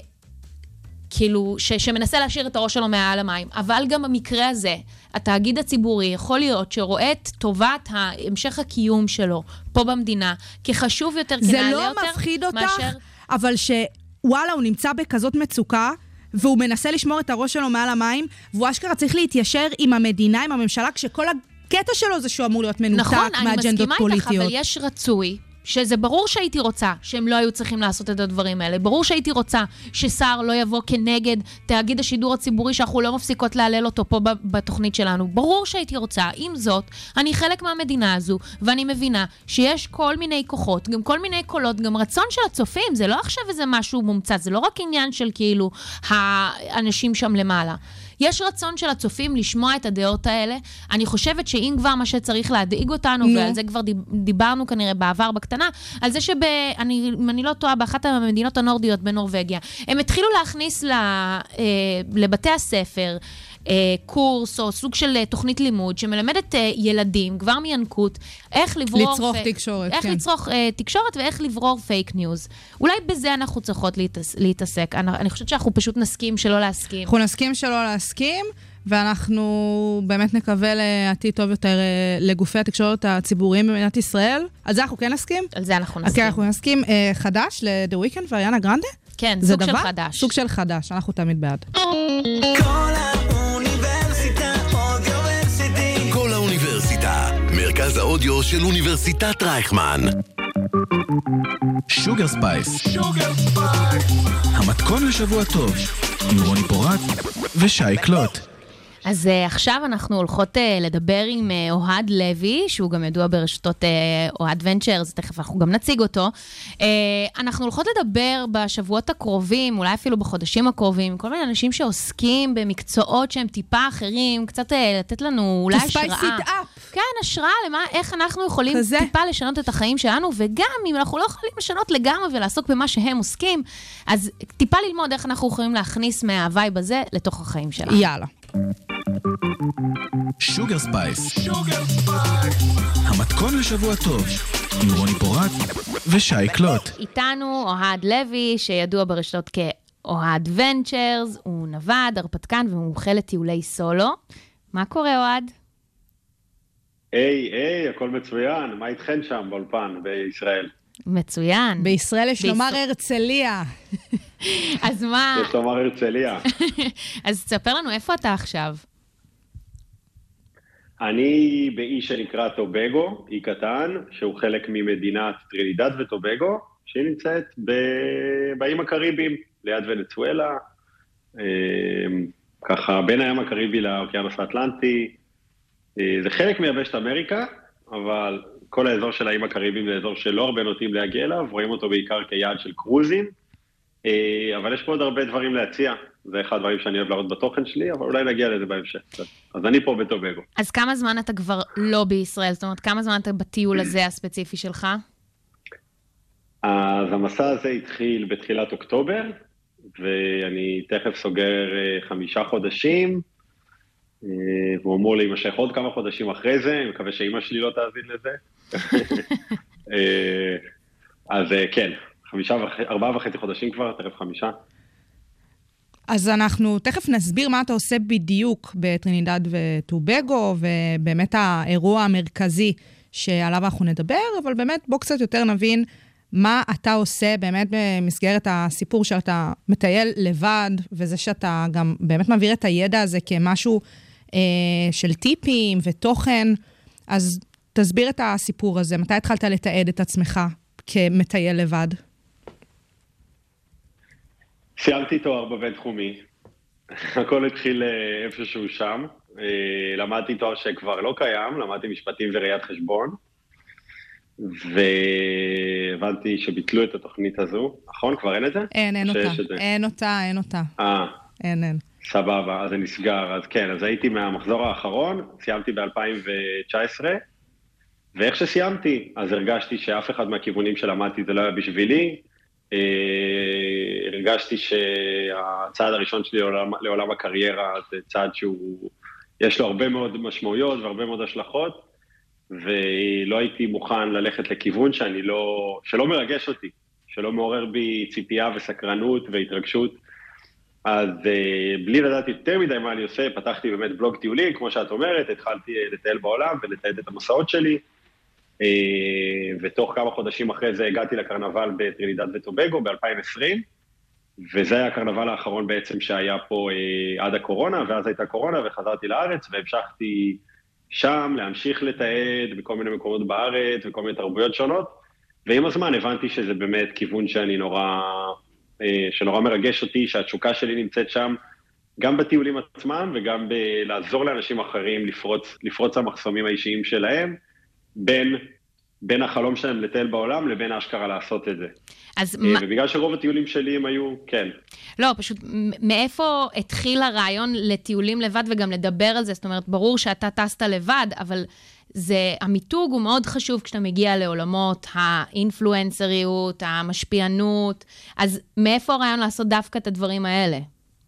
Speaker 4: כאילו, ש, שמנסה להשאיר את הראש שלו מעל המים. אבל גם במקרה הזה, התאגיד הציבורי יכול להיות שרואה את טובת המשך הקיום שלו פה במדינה, כחשוב יותר, כנעלה יותר,
Speaker 5: זה לא מפחיד אותך,
Speaker 4: מאשר...
Speaker 5: אבל שוואלה, הוא נמצא בכזאת מצוקה, והוא מנסה לשמור את הראש שלו מעל המים, והוא אשכרה צריך להתיישר עם המדינה, עם הממשלה, כשכל הקטע שלו זה שהוא אמור להיות מנותק
Speaker 4: נכון,
Speaker 5: מהאג'נדות פוליטיות. נכון, אני מסכימה איתך, אבל יש
Speaker 4: רצוי, שזה ברור שהייתי רוצה שהם לא היו צריכים לעשות את הדברים האלה. ברור שהייתי רוצה ששר לא יבוא כנגד תאגיד השידור הציבורי שאנחנו לא מפסיקות להלל אותו פה בתוכנית שלנו. ברור שהייתי רוצה. עם זאת, אני חלק מהמדינה הזו, ואני מבינה שיש כל מיני כוחות, גם כל מיני קולות, גם רצון של הצופים. זה לא עכשיו איזה משהו מומצא, זה לא רק עניין של כאילו האנשים שם למעלה. יש רצון של הצופים לשמוע את הדעות האלה. אני חושבת שאם כבר מה שצריך להדאיג אותנו, ועל זה כבר דיברנו כנראה בעבר בקטנה, על זה אם אני לא טועה, באחת המדינות הנורדיות בנורווגיה, הם התחילו להכניס לבתי הספר קורס או סוג של תוכנית לימוד שמלמדת ילדים כבר מינקות איך לברור
Speaker 5: לצרוך תקשורת,
Speaker 4: איך
Speaker 5: כן.
Speaker 4: לצרוך תקשורת ואיך לברור פייק ניוז. אולי בזה אנחנו צריכות להתעסק. אני חושבת שאנחנו פשוט נסכים שלא להסכים.
Speaker 5: אנחנו נסכים שלא להסכים, ואנחנו באמת נקווה לעתיד טוב יותר לגופי התקשורת הציבוריים במדינת ישראל. על זה אנחנו כן נסכים?
Speaker 4: על זה אנחנו נסכים.
Speaker 5: אנחנו נסכים חדש ל-The Weeknd ואריאנה גרנדה?
Speaker 4: כן, סוג של חדש.
Speaker 5: סוג של חדש, אנחנו תמיד בעד.
Speaker 1: כל האוניברסיטה, מרכז האודיו של אוניברסיטת רייכמן.
Speaker 3: שוגר ספייס, המתכון לשבוע טוב, עם רוני פורט ושי קלוט.
Speaker 4: אז uh, עכשיו אנחנו הולכות uh, לדבר עם uh, אוהד לוי, שהוא גם ידוע ברשתות uh, אוהד ונצ'רס, תכף אנחנו גם נציג אותו. Uh, אנחנו הולכות לדבר בשבועות הקרובים, אולי אפילו בחודשים הקרובים, כל מיני אנשים שעוסקים במקצועות שהם טיפה אחרים, קצת uh, לתת לנו אולי השראה. כן, השראה למה, איך אנחנו יכולים כזה. טיפה לשנות את החיים שלנו, וגם אם אנחנו לא יכולים לשנות לגמרי ולעסוק במה שהם עוסקים, אז טיפה ללמוד איך אנחנו יכולים להכניס מהווייב הזה לתוך החיים שלנו.
Speaker 5: יאללה.
Speaker 3: שוגר ספייס, המתכון לשבוע טוב, עם רוני פורט ושי קלוט.
Speaker 4: איתנו אוהד לוי, שידוע ברשתות כאוהד ונצ'רס, הוא נווד, הרפתקן ומומחה לטיולי סולו. מה קורה, אוהד?
Speaker 6: היי, היי, הכל מצוין. מה איתכן שם באולפן בישראל?
Speaker 4: מצוין.
Speaker 5: בישראל יש לומר הרצליה.
Speaker 4: אז מה?
Speaker 6: יש לומר הרצליה.
Speaker 4: אז תספר לנו, איפה אתה עכשיו?
Speaker 6: אני באי שנקרא טובגו, אי קטן, שהוא חלק ממדינת טרינידד וטובגו, שהיא נמצאת באיים הקריביים, ליד ונצואלה, ככה בין הים הקריבי לאוקיינוס האטלנטי. זה חלק מיבשת אמריקה, אבל כל האזור של האיים הקריביים זה אזור שלא הרבה נוטים להגיע אליו, רואים אותו בעיקר כיעד של קרוזים, אבל יש פה עוד הרבה דברים להציע, זה אחד הדברים שאני אוהב להראות בתוכן שלי, אבל אולי נגיע לזה בהמשך. אז אני פה בטובגו.
Speaker 4: אז כמה זמן אתה כבר לא בישראל? זאת אומרת, כמה זמן אתה בטיול הזה הספציפי שלך?
Speaker 6: אז המסע הזה התחיל בתחילת אוקטובר, ואני תכף סוגר חמישה חודשים, והוא אמור להימשך עוד כמה חודשים אחרי זה, אני מקווה שאמא שלי לא תאזין לזה. אז כן, חמישה, ארבעה וחצי חודשים כבר, תכף חמישה.
Speaker 5: אז אנחנו תכף נסביר מה אתה עושה בדיוק בטרינידד וטובגו, ובאמת האירוע המרכזי שעליו אנחנו נדבר, אבל באמת בוא קצת יותר נבין מה אתה עושה באמת במסגרת הסיפור שאתה מטייל לבד, וזה שאתה גם באמת מעביר את הידע הזה כמשהו אה, של טיפים ותוכן. אז תסביר את הסיפור הזה, מתי התחלת לתעד את עצמך כמטייל לבד?
Speaker 6: סיימתי תואר בבינתחומי, הכל התחיל איפשהו שם, למדתי תואר שכבר לא קיים, למדתי משפטים וראיית חשבון, והבנתי שביטלו את התוכנית הזו, נכון? כבר אין את זה?
Speaker 5: אין, אין אותה, אין אותה, אין אותה.
Speaker 6: אה.
Speaker 5: אין, אין.
Speaker 6: סבבה, אז זה נסגר, אז כן, אז הייתי מהמחזור האחרון, סיימתי ב-אלפיים תשע עשרה, ואיך שסיימתי, אז הרגשתי שאף אחד מהכיוונים שלמדתי זה לא היה בשבילי, הרגשתי שהצעד הראשון שלי לעולם, לעולם הקריירה זה צעד שהוא, יש לו הרבה מאוד משמעויות והרבה מאוד השלכות, ולא הייתי מוכן ללכת לכיוון שאני לא, שלא מרגש אותי, שלא מעורר בי ציפייה וסקרנות והתרגשות. אז בלי לדעת יותר מדי מה אני עושה, פתחתי באמת בלוג טיולים, כמו שאת אומרת, התחלתי לטייל בעולם ולתעד את המסעות שלי, ותוך כמה חודשים אחרי זה הגעתי לקרנבל בטרינידד וטובגו ב-אלפיים עשרים, וזה היה הקרנבל האחרון בעצם שהיה פה עד הקורונה, ואז הייתה קורונה וחזרתי לארץ, והמשכתי שם להמשיך לתעד בכל מיני מקומות בארץ וכל מיני תרבויות שונות, ועם הזמן הבנתי שזה באמת כיוון שאני נורא, שנורא מרגש אותי, שהתשוקה שלי נמצאת שם, גם בטיולים עצמם וגם לעזור לאנשים אחרים לפרוץ, לפרוץ המחסומים האישיים שלהם, בין, בין החלום שלהם לטייל בעולם לבין האשכרה לעשות את זה.
Speaker 4: אז
Speaker 6: ובגלל מה... שרוב הטיולים שלי הם היו, כן.
Speaker 4: לא, פשוט מאיפה התחיל הרעיון לטיולים לבד וגם לדבר על זה? זאת אומרת, ברור שאתה טסת לבד, אבל זה, המיתוג הוא מאוד חשוב כשאתה מגיע לעולמות האינפלואנסריות, המשפיענות, אז מאיפה הרעיון לעשות דווקא את הדברים האלה?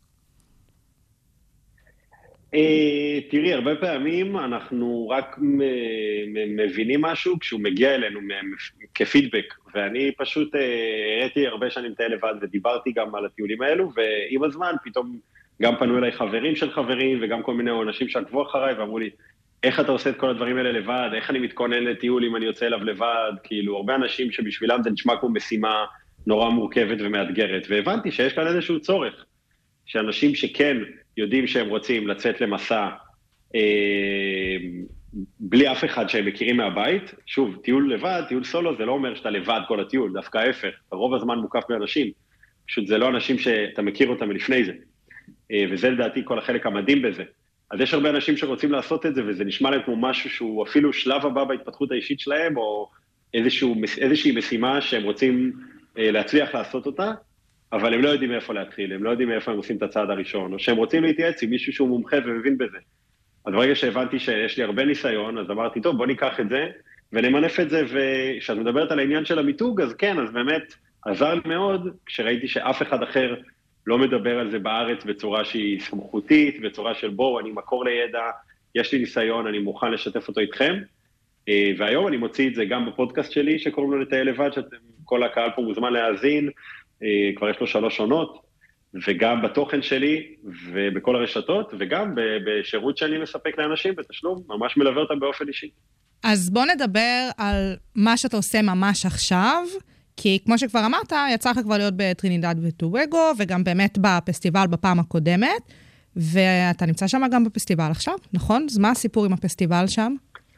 Speaker 6: תראי, הרבה פעמים אנחנו רק מבינים משהו כשהוא מגיע אלינו כפידבק, ואני פשוט הראיתי הרבה שנים מטייל לבד ודיברתי גם על הטיולים האלו, ועם הזמן פתאום גם פנו אליי חברים של חברים וגם כל מיני אנשים שעקבו אחריי ואמרו לי, איך אתה עושה את כל הדברים האלה לבד, איך אני מתכונן לטיול אם אני יוצא אליו לבד, כאילו הרבה אנשים שבשבילם זה נשמע כמו משימה נורא מורכבת ומאתגרת, והבנתי שיש כאן איזשהו צורך, שאנשים שכן יודעים שהם רוצים לצאת למסע אה, בלי אף אחד שהם מכירים מהבית, שוב, טיול לבד, טיול סולו, זה לא אומר שאתה לבד כל הטיול, דווקא ההפך, רוב הזמן מוקף באנשים, פשוט זה לא אנשים שאתה מכיר אותם מלפני זה, אה, וזה לדעתי כל החלק המדהים בזה. אז יש הרבה אנשים שרוצים לעשות את זה, וזה נשמע להם כמו משהו שהוא אפילו שלב הבא בהתפתחות האישית שלהם, או איזשהו, איזושהי משימה שהם רוצים אה, להצליח לעשות אותה, אבל הם לא יודעים מאיפה להתחיל, הם לא יודעים מאיפה הם עושים את הצעד הראשון, או שהם רוצים להתייעץ עם מישהו שהוא מומחה ומבין בזה. אז ברגע שהבנתי שיש לי הרבה ניסיון, אז אמרתי, טוב, בוא ניקח את זה, ונמנף את זה, וכשאת מדברת על העניין של המיתוג, אז כן, אז באמת עזר לי מאוד, כשראיתי שאף אחד אחר לא מדבר על זה בארץ בצורה שהיא סמכותית, בצורה של בואו, אני מקור לידע, יש לי ניסיון, אני מוכן לשתף אותו איתכם, והיום אני מוציא את זה גם בפודקאסט שלי, שקוראים לו לטייל לבד, שכל הקהל פה מוזמן להאזין, כבר יש לו שלוש עונות, וגם בתוכן שלי, ובכל הרשתות, וגם בשירות שאני מספק לאנשים בתשלום, ממש מלווה אותם באופן אישי.
Speaker 5: אז בוא נדבר על מה שאתה עושה ממש עכשיו, כי כמו שכבר אמרת, יצא לך כבר להיות בטרינידד וטובגו, וגם באמת בפסטיבל בפעם הקודמת, ואתה נמצא שם גם בפסטיבל עכשיו, נכון? אז מה הסיפור עם הפסטיבל שם?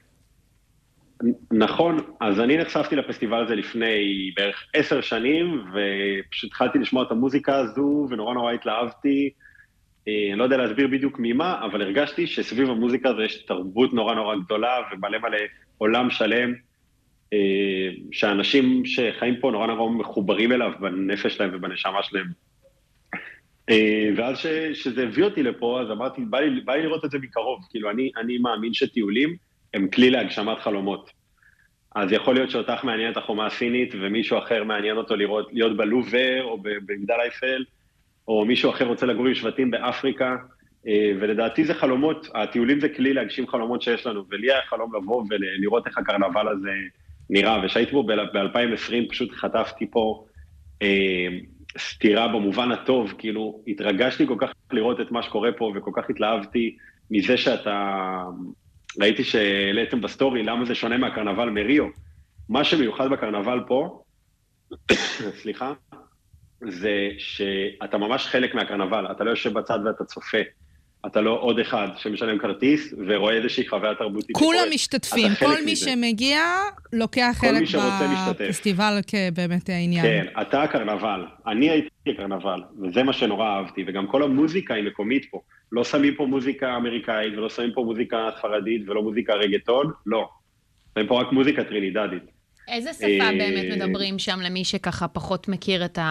Speaker 6: נכון, אז אני נחשפתי לפסטיבל הזה לפני בערך עשר שנים, ופשוט התחלתי לשמוע את המוזיקה הזו, ונורא נורא התלהבתי, אני לא יודע להסביר בדיוק ממה, אבל הרגשתי שסביב המוזיקה הזו יש תרבות נורא נורא גדולה, ומלא מלא עולם שלם, שאנשים שחיים פה נורא נורא מחוברים אליו בנפש שלהם ובנשמה שלהם. ואז ש, שזה הביא אותי לפה, אז אמרתי, בא לי, בא לי לראות את זה מקרוב, כאילו אני, אני מאמין שטיולים הם כלי להגשמת חלומות. אז יכול להיות שאותך מעניין את החומה הסינית, ומישהו אחר מעניין אותו לראות, להיות בלובר או במגדל אייפל, או מישהו אחר רוצה לגור עם שבטים באפריקה, ולדעתי זה חלומות, הטיולים זה כלי להגשים חלומות שיש לנו, ולי היה חלום לבוא ולראות איך הקרנבל הזה נראה, ושהייתי פה ב-אלפיים עשרים פשוט חטפתי פה סתירה במובן הטוב, כאילו התרגשתי כל כך לראות את מה שקורה פה, וכל כך התלהבתי מזה שאתה, ראיתי שהעליתם בסטורי, למה זה שונה מהקרנבל מריו. מה שמיוחד בקרנבל פה, סליחה, זה שאתה ממש חלק מהקרנבל, אתה לא יושב בצד ואתה צופה, אתה לא עוד אחד שמשלם כרטיס ורואה איזושהי חוויה תרבותית.
Speaker 5: כולם משתתפים, כל מי שמגיע לוקח חלק בפסטיבל כבאמת העניין.
Speaker 6: כן, אתה הקרנבל, אני הייתי הקרנבל, וזה מה שנורא אהבתי, וגם כל המוזיקה היא מקומית פה, לא שמים פה מוזיקה אמריקאית, ולא שמים פה מוזיקה ספרדית, ולא מוזיקה רגטון, לא. שמים פה רק מוזיקה טרינידדית.
Speaker 4: איזה שפה באמת מדברים שם למי שככה פחות מכיר את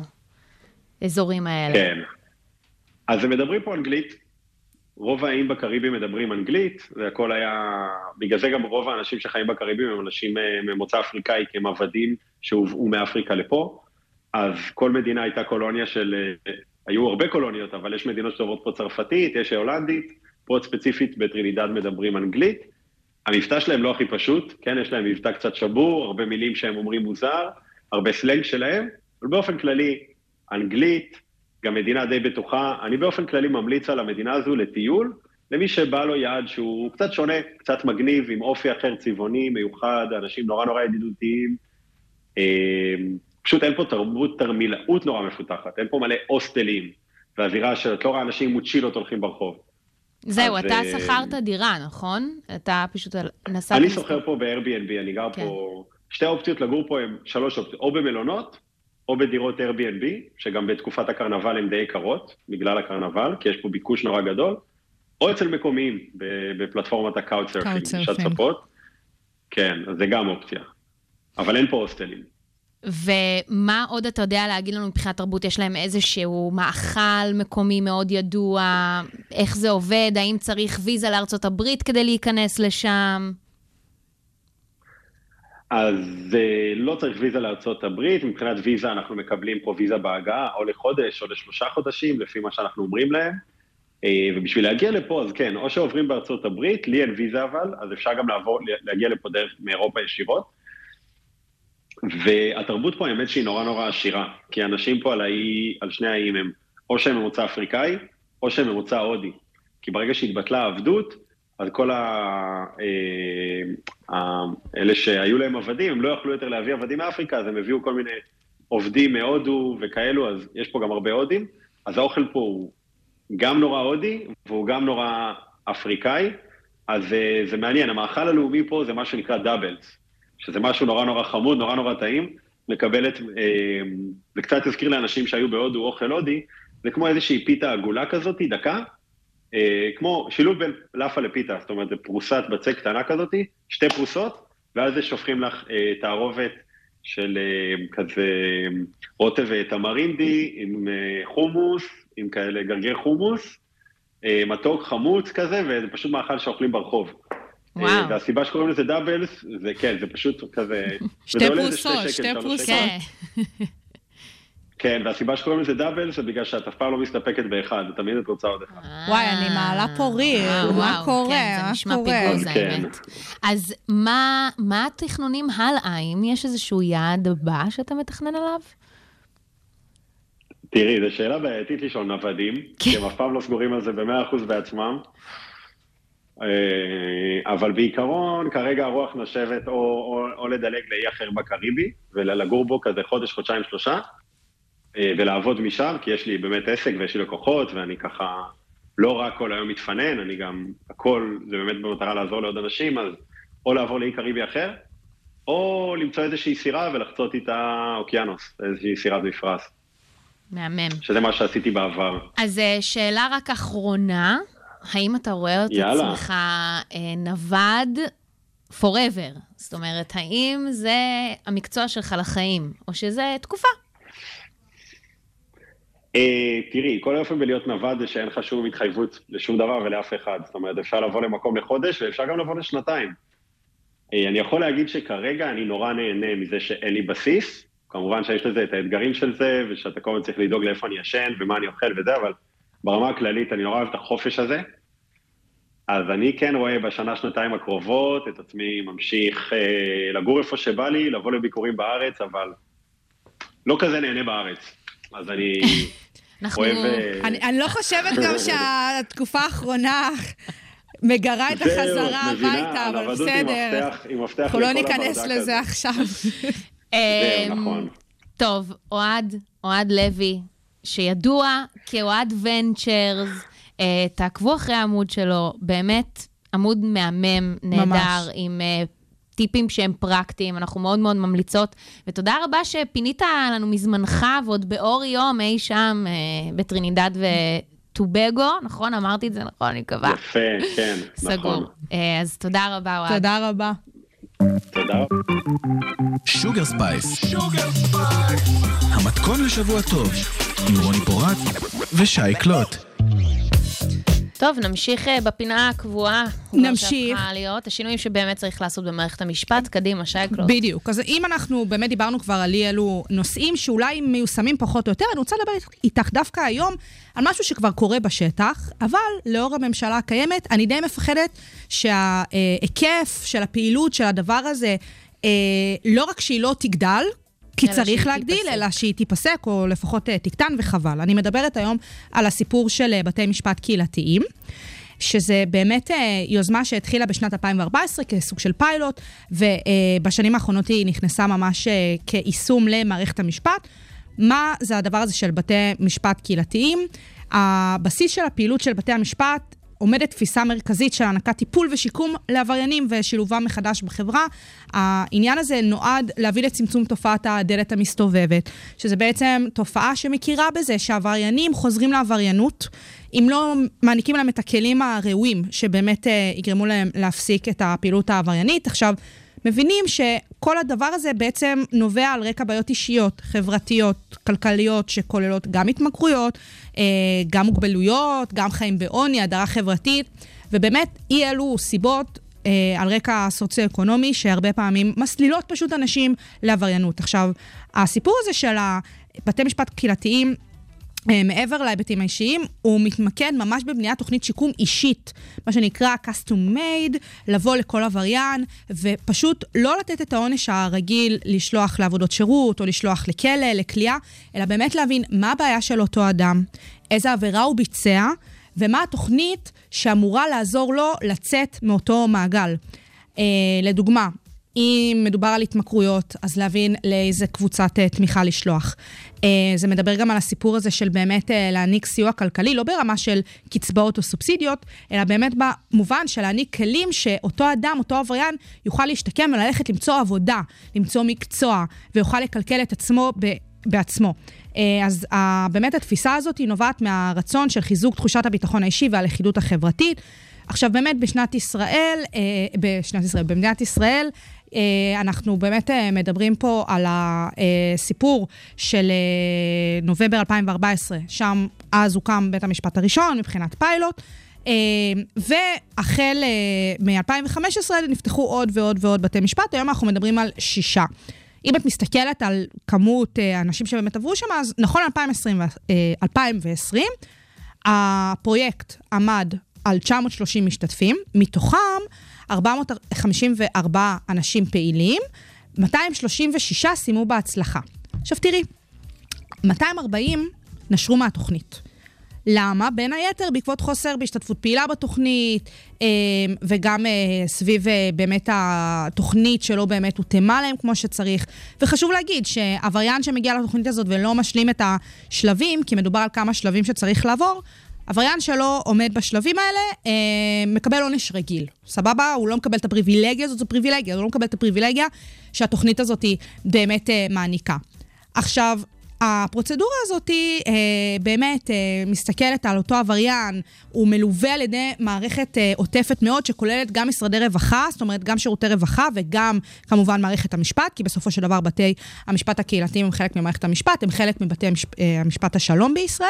Speaker 4: האזורים האלה?
Speaker 6: כן. אז הם מדברים פה אנגלית, רוב האיים בקריבים מדברים אנגלית, והכל היה, בגלל זה גם רוב האנשים שחיים בקריבים הם אנשים ממוצא אפריקאי, כי הם עבדים שהובאו מאפריקה לפה, אז כל מדינה הייתה קולוניה של, היו הרבה קולוניות, אבל יש מדינות שדוברות פה צרפתית, יש הולנדית, פה ספציפית בטרינידד מדברים אנגלית, המבטא שלהם לא הכי פשוט, כן, יש להם מבטא קצת שבור, הרבה מילים שהם אומרים מוזר, הרבה סלנג שלהם, אבל באופן כללי, אנגלית, גם מדינה די בטוחה, אני באופן כללי ממליץ על המדינה הזו לטיול, למי שבא לו יעד שהוא קצת שונה, קצת מגניב, עם אופי אחר צבעוני, מיוחד, אנשים נורא נורא ידידותיים, פשוט אין פה תרבות תרמילאות נורא מפותחת, אין פה מלא הוסטלים, והזירה שאת לא רואה אנשים מוצ'ילות הולכים ברחוב.
Speaker 4: זהו, אתה שכרת דירה, נכון? אתה פשוט נסעת...
Speaker 6: אני שוכר פה ב-Airbnb, אני גר פה... שתי האופציות לגור פה הם שלוש אופציות, או במלונות, או בדירות Airbnb, שגם בתקופת הקרנבל הן די יקרות, בגלל הקרנבל, כי יש פה ביקוש נורא גדול, או אצל מקומיים, בפלטפורמת הקאוטסרפינג, שצפות. כן, אז זה גם אופציה. אבל אין פה הוסטלים.
Speaker 4: ומה עוד אתה יודע להגיד לנו מבחינת תרבות? יש להם איזשהו מאכל מקומי מאוד ידוע, איך זה עובד, האם צריך ויזה לארצות הברית כדי להיכנס לשם?
Speaker 6: אז לא צריך ויזה לארצות הברית, מבחינת ויזה אנחנו מקבלים פה ויזה בהגעה, או לחודש או לשלושה חודשים, לפי מה שאנחנו אומרים להם, ובשביל להגיע לפה, אז כן, או שעוברים בארצות הברית, לי אין ויזה אבל, אז אפשר גם לעבור, להגיע לפה דרך מאירופה ישירות, והתרבות פה האמת שהיא נורא נורא עשירה, כי האנשים פה על, האי, על שני האיים הם או שהם ממוצא אפריקאי, או שהם ממוצא הודי, כי ברגע שהתבטלה העבדות, אז כל ה... אלה שהיו להם עבדים, הם לא יכלו יותר להביא עבדים מאפריקה, אז הם הביאו כל מיני עובדים מהודו וכאלו, אז יש פה גם הרבה הודים, אז האוכל פה הוא גם נורא הודי, והוא גם נורא אפריקאי, אז זה מעניין, המאכל הלאומי פה זה מה שנקרא דאבלס, שזה משהו נורא נורא חמוד, נורא נורא טעים, מקבלת, זה קצת הזכיר לאנשים שהיו בהודו אוכל הודי, זה כמו איזושהי פיתה עגולה כזאת, דקה, כמו שילוב בין לאפה לפיתה, זאת אומרת, זה פרוסת בצק קטנה כזאת, שתי פרוסות, ואז זה שופכים לך תערובת של כזה רוטב תמרינדי, עם חומוס, עם כאלה גרגר חומוס, מתוק חמוץ כזה, וזה פשוט מאכל שאוכלים ברחוב.
Speaker 4: וואו.
Speaker 6: והסיבה שקוראים לזה דאבלס, זה כן, זה פשוט כזה...
Speaker 5: שתי פרוסות, שתי פרוסות.
Speaker 6: כן, והסיבה שקוראים לזה דאבל, זה בגלל שאת אף פעם לא מסתפקת באחד, תמיד את רוצה עוד אחד.
Speaker 5: וואי, אני מעלה פה ריר, מה קורה?
Speaker 4: כן, זה נשמע פיגוז, האמת. אז מה התכנונים הלאה? אם יש איזשהו יעד הבא שאתה מתכנן עליו?
Speaker 6: תראי, זו שאלה בעייתית לשאול נוודים, כי הם אף פעם לא סגורים על זה ב-מאה אחוז בעצמם, אבל בעיקרון, כרגע הרוח נושבת או לדלג לאי אחר בקריבי, ולגור בו כזה חודש, חודשיים, שלושה, ולעבוד משם, כי יש לי באמת עסק ויש לי לקוחות, ואני ככה לא רק כל היום מתפנן, אני גם, הכל זה באמת במטרה לעזור לעוד אנשים, אז או לעבור לאי קריבי אחר, או למצוא איזושהי סירה ולחצות איתה אוקיינוס, איזושהי סירת מפרש.
Speaker 4: מהמם.
Speaker 6: שזה מה שעשיתי בעבר.
Speaker 4: אז שאלה רק אחרונה, האם אתה רואה את
Speaker 6: יאללה.
Speaker 4: עצמך נווד forever? זאת אומרת, האם זה המקצוע שלך לחיים, או שזה תקופה?
Speaker 6: תראי, כל אופן בלהיות נווד זה שאין לך שום התחייבות לשום דבר ולאף אחד. זאת אומרת, אפשר לבוא למקום לחודש ואפשר גם לבוא לשנתיים. אני יכול להגיד שכרגע אני נורא נהנה מזה שאין לי בסיס, כמובן שיש לזה את האתגרים של זה, ושאתה כל הזמן צריך לדאוג לאיפה אני ישן ומה אני אוכל וזה, אבל ברמה הכללית אני נורא אוהב את החופש הזה. אז אני כן רואה בשנה, שנתיים הקרובות את עצמי ממשיך לגור איפה שבא לי, לבוא לביקורים בארץ, אבל לא כזה נהנה בארץ. אז אני אוהב...
Speaker 5: אני לא חושבת גם שהתקופה האחרונה מגרה את החזרה הביתה, אבל בסדר. אנחנו לא ניכנס לזה עכשיו.
Speaker 6: נכון.
Speaker 4: טוב, אוהד, אוהד לוי, שידוע כאוהד ונצ'רס, תעקבו אחרי העמוד שלו, באמת עמוד מהמם, נהדר, עם טיפים שהם פרקטיים, אנחנו מאוד מאוד ממליצות, ותודה רבה שפינית לנו מזמנך, ועוד באור יום אי שם, בטרינידד וטובגו, נכון? אמרתי את זה נכון, אני מקווה.
Speaker 6: יפה, כן, נכון.
Speaker 4: סגור. אז תודה רבה, אוהד.
Speaker 5: תודה רבה.
Speaker 6: תודה רבה.
Speaker 3: שוגר ספייס. המתכון לשבוע טוב, עם רוני פורט ושי קלוט.
Speaker 4: טוב, נמשיך בפינה הקבועה.
Speaker 5: נמשיך.
Speaker 4: להיות, השינויים שבאמת צריך לעשות במערכת המשפט, קדימה, שי קלוט.
Speaker 5: בדיוק. אז אם אנחנו באמת דיברנו כבר על אלו נושאים שאולי מיושמים פחות או יותר, אני רוצה לדבר איתך דווקא היום על משהו שכבר קורה בשטח, אבל לאור הממשלה הקיימת, אני די מפחדת שההיקף של הפעילות של הדבר הזה, לא רק שהיא לא תגדל, כי צריך להגדיל, תיפסק. אלא שהיא תיפסק, או לפחות תקטן וחבל. אני מדברת היום על הסיפור של בתי משפט קהילתיים, שזה באמת יוזמה שהתחילה בשנת אלפיים וארבע עשרה כסוג של פיילוט, ובשנים האחרונות היא נכנסה ממש כיישום למערכת המשפט. מה זה הדבר הזה של בתי משפט קהילתיים? הבסיס של הפעילות של בתי המשפט עומדת תפיסה מרכזית של הענקת טיפול ושיקום לעבריינים ושילובם מחדש בחברה. העניין הזה נועד להביא לצמצום תופעת הדלת המסתובבת, שזה בעצם תופעה שמכירה בזה שהעבריינים חוזרים לעבריינות, אם לא מעניקים להם את הכלים הראויים שבאמת יגרמו להם להפסיק את הפעילות העבריינית. עכשיו, מבינים שכל הדבר הזה בעצם נובע על רקע בעיות אישיות, חברתיות, כלכליות, שכוללות גם התמכרויות, גם מוגבלויות, גם חיים בעוני, הדרה חברתית, ובאמת אי אלו סיבות על רקע סוציו-אקונומי, שהרבה פעמים מסלילות פשוט אנשים לעבריינות. עכשיו, הסיפור הזה של בתי משפט קהילתיים, מעבר להיבטים האישיים, הוא מתמקד ממש בבניית תוכנית שיקום אישית, מה שנקרא custom made, לבוא לכל עבריין, ופשוט לא לתת את העונש הרגיל לשלוח לעבודות שירות, או לשלוח לכלא, לכלייה, אלא באמת להבין מה הבעיה של אותו אדם, איזה עבירה הוא ביצע, ומה התוכנית שאמורה לעזור לו לצאת מאותו מעגל. אה, לדוגמה, אם מדובר על התמכרויות, אז להבין לאיזה קבוצת תמיכה לשלוח. זה מדבר גם על הסיפור הזה של באמת להעניק סיוע כלכלי, לא ברמה של קצבאות או סובסידיות, אלא באמת במובן של להעניק כלים שאותו אדם, אותו עבריין, יוכל להשתקם וללכת למצוא עבודה, למצוא מקצוע, ויוכל לקלקל את עצמו בעצמו. אז באמת התפיסה הזאת היא נובעת מהרצון של חיזוק תחושת הביטחון האישי והלכידות החברתית. עכשיו באמת בשנת ישראל, בשנת ישראל, במדינת ישראל, אנחנו באמת מדברים פה על הסיפור של נובמבר אלפיים וארבע עשרה, שם אז הוקם בית המשפט הראשון מבחינת פיילוט, והחל מ-אלפיים וחמש עשרה נפתחו עוד ועוד ועוד בתי משפט, היום אנחנו מדברים על שישה. אם את מסתכלת על כמות האנשים שבאמת עברו שם, אז נכון אלפיים ועשרים, הפרויקט עמד על תשע מאות ושלושים משתתפים, מתוכם ארבע מאות חמישים וארבעה אנשים פעילים, מאתיים שלושים ושש סיימו בהצלחה. עכשיו תראי, מאתיים וארבעים נשרו מהתוכנית. למה? בין היתר בעקבות חוסר בהשתתפות פעילה בתוכנית, וגם סביב באמת התוכנית שלא באמת הותאמה להם כמו שצריך. וחשוב להגיד שעבריין שמגיע לתוכנית הזאת ולא משלים את השלבים, כי מדובר על כמה שלבים שצריך לעבור, עבריין שלא עומד בשלבים האלה, אה, מקבל עונש רגיל. סבבה? הוא לא מקבל את הפריבילגיה, זאת זו פריבילגיה, הוא לא מקבל את הפריבילגיה שהתוכנית הזאת היא באמת אה, מעניקה. עכשיו, הפרוצדורה הזאת אה, באמת אה, מסתכלת על אותו עבריין, הוא מלווה על ידי מערכת אה, עוטפת מאוד, שכוללת גם משרדי רווחה, זאת אומרת גם שירותי רווחה, וגם כמובן מערכת המשפט, כי בסופו של דבר בתי המשפט הקהילתיים הם חלק ממערכת המשפט, הם חלק מבתי המשפט, אה, המשפט השלום בישראל,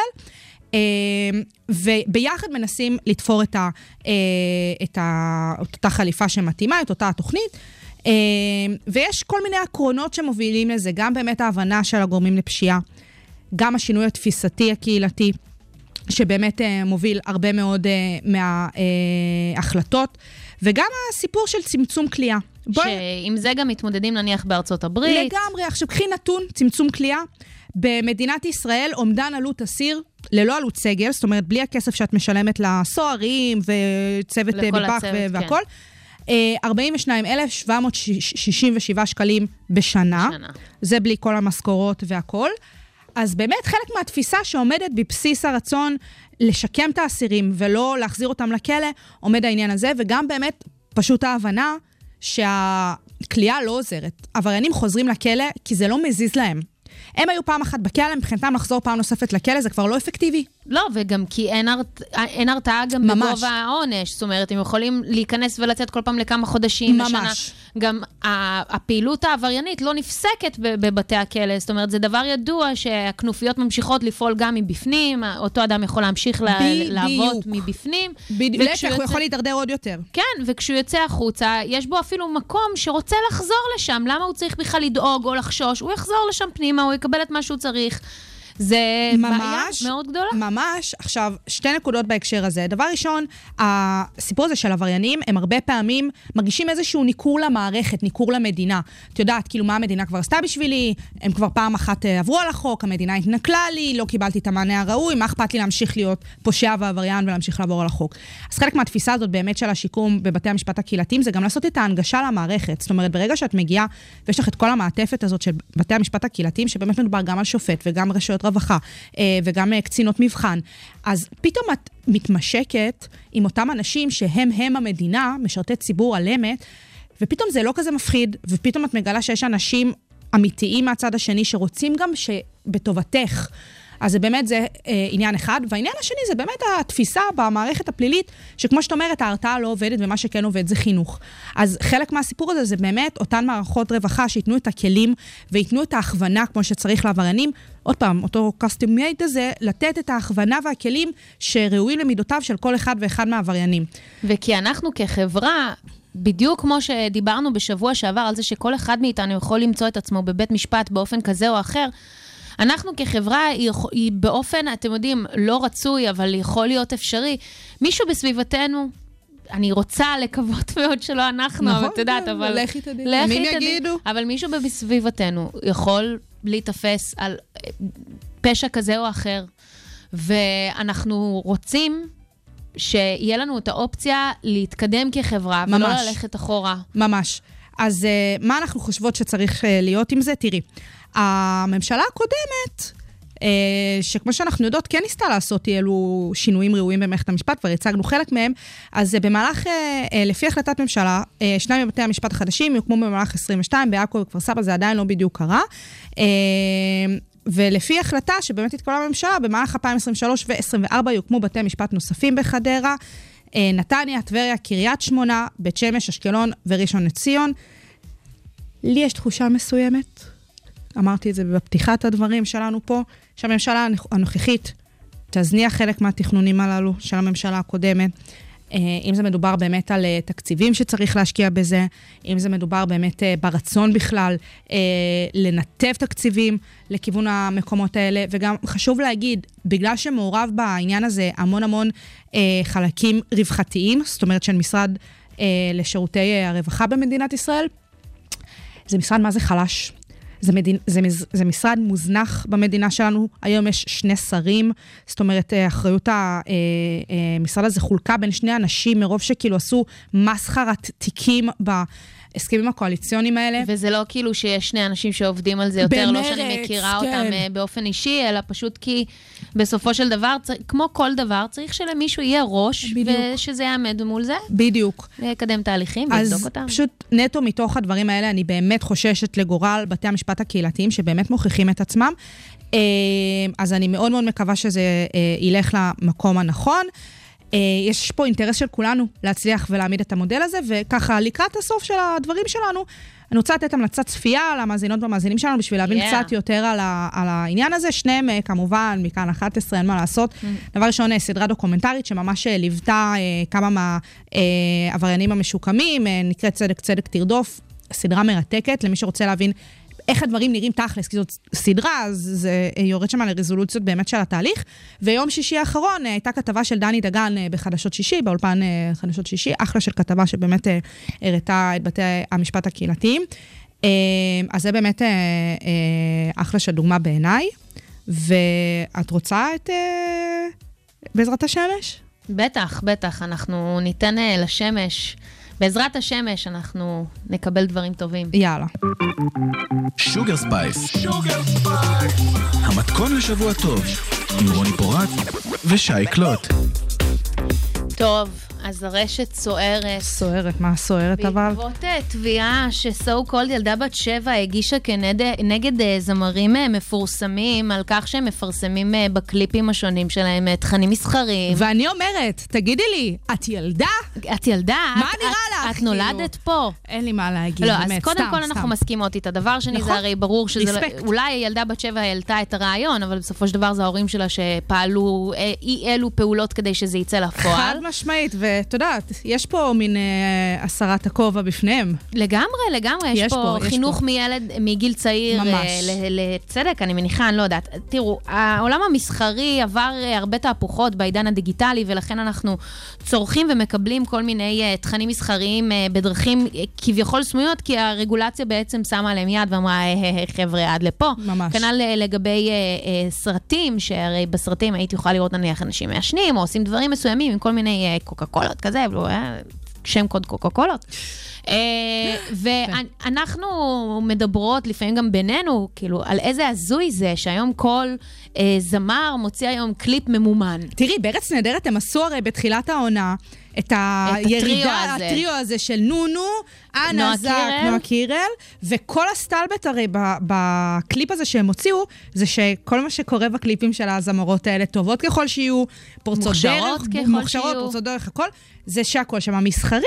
Speaker 5: וביחד מנסים לתפור את, ה, את, ה, את אותה חליפה שמתאימה, את אותה התוכנית, ויש כל מיני עקרונות שמובילים לזה, גם באמת ההבנה של הגורמים לפשיעה, גם השינוי התפיסתי הקהילתי, שבאמת מוביל הרבה מאוד מההחלטות, וגם הסיפור של צמצום כלייה.
Speaker 4: שעם זה גם מתמודדים נניח בארצות הברית.
Speaker 5: לגמרי, עכשיו קחי נתון, צמצום כליאה. במדינת ישראל עומדן עלות אסיר ללא עלות סגל, זאת אומרת, בלי הכסף שאת משלמת לסוהרים וצוות מטבח והכל, ארבעים ושניים אלף שבע מאות שישים ושבעה שקלים בשנה. בשנה. זה בלי כל המשכורות והכל. אז באמת חלק מהתפיסה שעומדת בבסיס הרצון לשקם את האסירים ולא להחזיר אותם לכלא, עומד העניין הזה, וגם באמת פשוט ההבנה שהכליאה לא עוזרת. עבריינים חוזרים לכלא כי זה לא מזיז להם. הם היו פעם אחת בכלא, מבחינתם לחזור פעם נוספת לכלא, זה כבר לא אפקטיבי.
Speaker 4: לא, וגם כי אין, הרת... אין הרתעה גם ממש. בגובה העונש. זאת אומרת, הם יכולים להיכנס ולצאת כל פעם לכמה חודשים ממש. לשנה. גם הפעילות העבריינית לא נפסקת בבתי הכלא. זאת אומרת, זה דבר ידוע שהכנופיות ממשיכות לפעול גם מבפנים, אותו אדם יכול להמשיך ב- לעבוד מבפנים.
Speaker 5: בדיוק, להפך, יוצא... הוא יכול להתדרדר עוד יותר.
Speaker 4: כן, וכשהוא יוצא החוצה, יש בו אפילו מקום שרוצה לחזור לשם. למה הוא צריך בכלל לדאוג או לחשוש? הוא יחזור לשם פנימה, הוא יקבל את מה שהוא צריך. זה ממש, בעיה מאוד גדולה.
Speaker 5: ממש. עכשיו, שתי נקודות בהקשר הזה. דבר ראשון, הסיפור הזה של עבריינים, הם הרבה פעמים מרגישים איזשהו ניכור למערכת, ניכור למדינה. את יודעת, כאילו מה המדינה כבר עשתה בשבילי, הם כבר פעם אחת עברו על החוק, המדינה התנכלה לי, לא קיבלתי את המענה הראוי, מה אכפת לי להמשיך להיות פושע ועבריין ולהמשיך לעבור על החוק. אז חלק מהתפיסה הזאת באמת של השיקום בבתי המשפט הקהילתיים, זה גם לעשות את ההנגשה למערכת. זאת אומרת, ברגע שאת מגיעה ויש לך את כל המעטפת הזאת של בתי המשפט הקהילתיים, שבאמת מדובר גם על שופט וגם רשויות רווחה, וגם קצינות מבחן. אז פתאום את מתמשקת עם אותם אנשים שהם הם המדינה, משרתי ציבור על אמת, ופתאום זה לא כזה מפחיד, ופתאום את מגלה שיש אנשים אמיתיים מהצד השני שרוצים גם שבטובתך. אז זה באמת זה אה, עניין אחד, והעניין השני זה באמת התפיסה במערכת הפלילית, שכמו שאת אומרת, ההרתעה לא עובדת, ומה שכן עובד זה חינוך. אז חלק מהסיפור הזה זה באמת אותן מערכות רווחה שיתנו את הכלים, ויתנו את ההכוונה כמו שצריך לעבריינים. עוד פעם, אותו קסטומייט הזה, לתת את ההכוונה והכלים שראויים למידותיו של כל אחד ואחד מהעבריינים.
Speaker 4: וכי אנחנו כחברה, בדיוק כמו שדיברנו בשבוע שעבר, על זה שכל אחד מאיתנו יכול למצוא את עצמו בבית משפט באופן כזה או אחר, אנחנו כחברה, היא, היא באופן, אתם יודעים, לא רצוי, אבל יכול להיות אפשרי. מישהו בסביבתנו, אני רוצה לקוות מאוד שלא אנחנו,
Speaker 5: נכון,
Speaker 4: אבל את יודעת, אבל...
Speaker 5: לכי תדעי.
Speaker 4: לכי תדעי. אבל מישהו בסביבתנו יכול להתאפס על פשע כזה או אחר, ואנחנו רוצים שיהיה לנו את האופציה להתקדם כחברה, ממש. ולא ללכת אחורה.
Speaker 5: ממש. אז uh, מה אנחנו חושבות שצריך uh, להיות עם זה? תראי, הממשלה הקודמת, שכמו שאנחנו יודעות, כן ניסתה לעשות אלו שינויים ראויים במערכת המשפט, כבר הצגנו חלק מהם, אז במהלך, לפי החלטת ממשלה, שניים מבתי המשפט החדשים יוקמו במהלך עשרים ושתיים, בעכו וכפר סבא, זה עדיין לא בדיוק קרה, ולפי החלטה שבאמת התקבלה בממשלה, במהלך אלפיים עשרים ושלוש ו-עשרים וארבע יוקמו בתי משפט נוספים בחדרה, נתניה, טבריה, קריית שמונה, בית שמש, אשקלון וראשון לציון. לי יש תחושה מסוימת, אמרתי את זה בפתיחת הדברים שלנו פה, שהממשלה הנוכחית תזניח חלק מהתכנונים הללו של הממשלה הקודמת, אם זה מדובר באמת על תקציבים שצריך להשקיע בזה, אם זה מדובר באמת ברצון בכלל לנתב תקציבים לכיוון המקומות האלה, וגם חשוב להגיד, בגלל שמעורב בעניין הזה המון המון חלקים רווחתיים, זאת אומרת של משרד לשירותי הרווחה במדינת ישראל, זה משרד מה זה חלש. זה, מדין, זה, זה משרד מוזנח במדינה שלנו, היום יש שני שרים, זאת אומרת, אחריות המשרד הזה חולקה בין שני אנשים, מרוב שכאילו עשו מסחרת תיקים בהסכמים הקואליציוניים האלה.
Speaker 4: וזה לא כאילו שיש שני אנשים שעובדים על זה יותר, במרץ, לא שאני מכירה כן. אותם באופן אישי, אלא פשוט כי בסופו של דבר, כמו כל דבר, צריך שלמישהו יהיה ראש, בדיוק. ושזה יעמד מול זה.
Speaker 5: בדיוק.
Speaker 4: ויקדם תהליכים, ויבדוק אותם.
Speaker 5: אז פשוט נטו מתוך הדברים האלה, אני באמת חוששת לגורל בתי המשפט הקהילתיים, שבאמת מוכיחים את עצמם. אז אני מאוד מאוד מקווה שזה ילך למקום הנכון. יש פה אינטרס של כולנו להצליח ולהעמיד את המודל הזה, וככה לקראת הסוף של הדברים שלנו, אני רוצה לתת המלצת צפייה למאזינות והמאזינים שלנו, בשביל להבין yeah. קצת יותר על, ה, על העניין הזה. שניהם, כמובן, מכאן אחת עשרה, אין מה לעשות. Mm. דבר ראשון, סדרה דוקומנטרית, שממש ליוותה כמה מהעבריינים המשוקמים, נקראת צדק צדק תרדוף, סדרה מרתקת, למי שרוצה להבין איך הדברים נראים תכלס, כי זאת סדרה, אז זה יורד שם על הרזולוציות באמת של התהליך, ויום שישי האחרון הייתה כתבה של דני דגן בחדשות שישי, באולפן חדשות שישי, אחלה של כתבה שבאמת הראתה את בתי המשפט הקהילתיים, אז זה באמת אחלה של דוגמה בעיניי, ואת רוצה את בעזרת השמש?
Speaker 4: בטח, בטח, אנחנו ניתן לשמש, בעזרת השמש אנחנו נקבל דברים טובים.
Speaker 5: יאללה.
Speaker 3: שוגר ספייס. המתכון לשבוע טוב. עם רוני פורט ושי קלוט.
Speaker 4: טוב, אז הרשת סוערת.
Speaker 5: סוערת, מה סוערת אבל?
Speaker 4: בעקבות תביעה שסו קולד ילדה בת שבע הגישה כנגד זמרים מפורסמים על כך שהם מפרסמים בקליפים השונים שלהם תכנים מסחרים.
Speaker 5: ואני אומרת, תגידי לי, את ילדה?
Speaker 4: את ילדה?
Speaker 5: מה נראה לך?
Speaker 4: את נולדת פה.
Speaker 5: אין לי מה להגיד,
Speaker 4: לא,
Speaker 5: באמת,
Speaker 4: אז קודם כל אנחנו מסכימות איתה. דבר שני זה הרי ברור שזה אולי ילדה בת שבע העלתה את הרעיון, אבל בסופו של דבר זה ההורים שלה שפעלו אי אלו פעולות כדי שזה יצא לפועל.
Speaker 5: חד משמעית, ואת יודעת, יש פה מין אה, הסרת הכובע בפניהם.
Speaker 4: לגמרי, לגמרי. יש, יש פה, פה חינוך יש פה. מילד, מגיל צעיר לצדק, אני מניחה, אני לא יודעת. תראו, העולם המסחרי עבר הרבה תהפוכות בעידן הדיגיטלי, ולכן אנחנו צורכים ומקבלים כל מיני uh, תכנים מסחריים uh, בדרכים uh, כביכול סמויות, כי הרגולציה בעצם שמה עליהם יד ואמרה, חבר'ה, עד לפה. ממש. כנ"ל לגבי uh, uh, סרטים, שהרי בסרטים הייתי יכולה לראות נניח אנשים מעשנים, או עושים דברים מסוימים עם כל מיני uh, קוקה קולות כזה, שם קוד קוקה קולות. ואנחנו מדברות לפעמים גם בינינו, כאילו, על איזה הזוי זה, שהיום כל זמר מוציא היום קליפ ממומן.
Speaker 5: תראי, בארץ נהדרת הם עשו הרי בתחילת העונה, את הירידה, הטריו הזה של נונו, אנה זק, נועה קירל, וכל הסטלבט הרי בקליפ הזה שהם הוציאו, זה שכל מה שקורה בקליפים של הזמרות האלה, טובות ככל שיהיו, פורצות דרך, מוכשרות, פורצות דרך, הכל, זה שהכל שם מסחרי.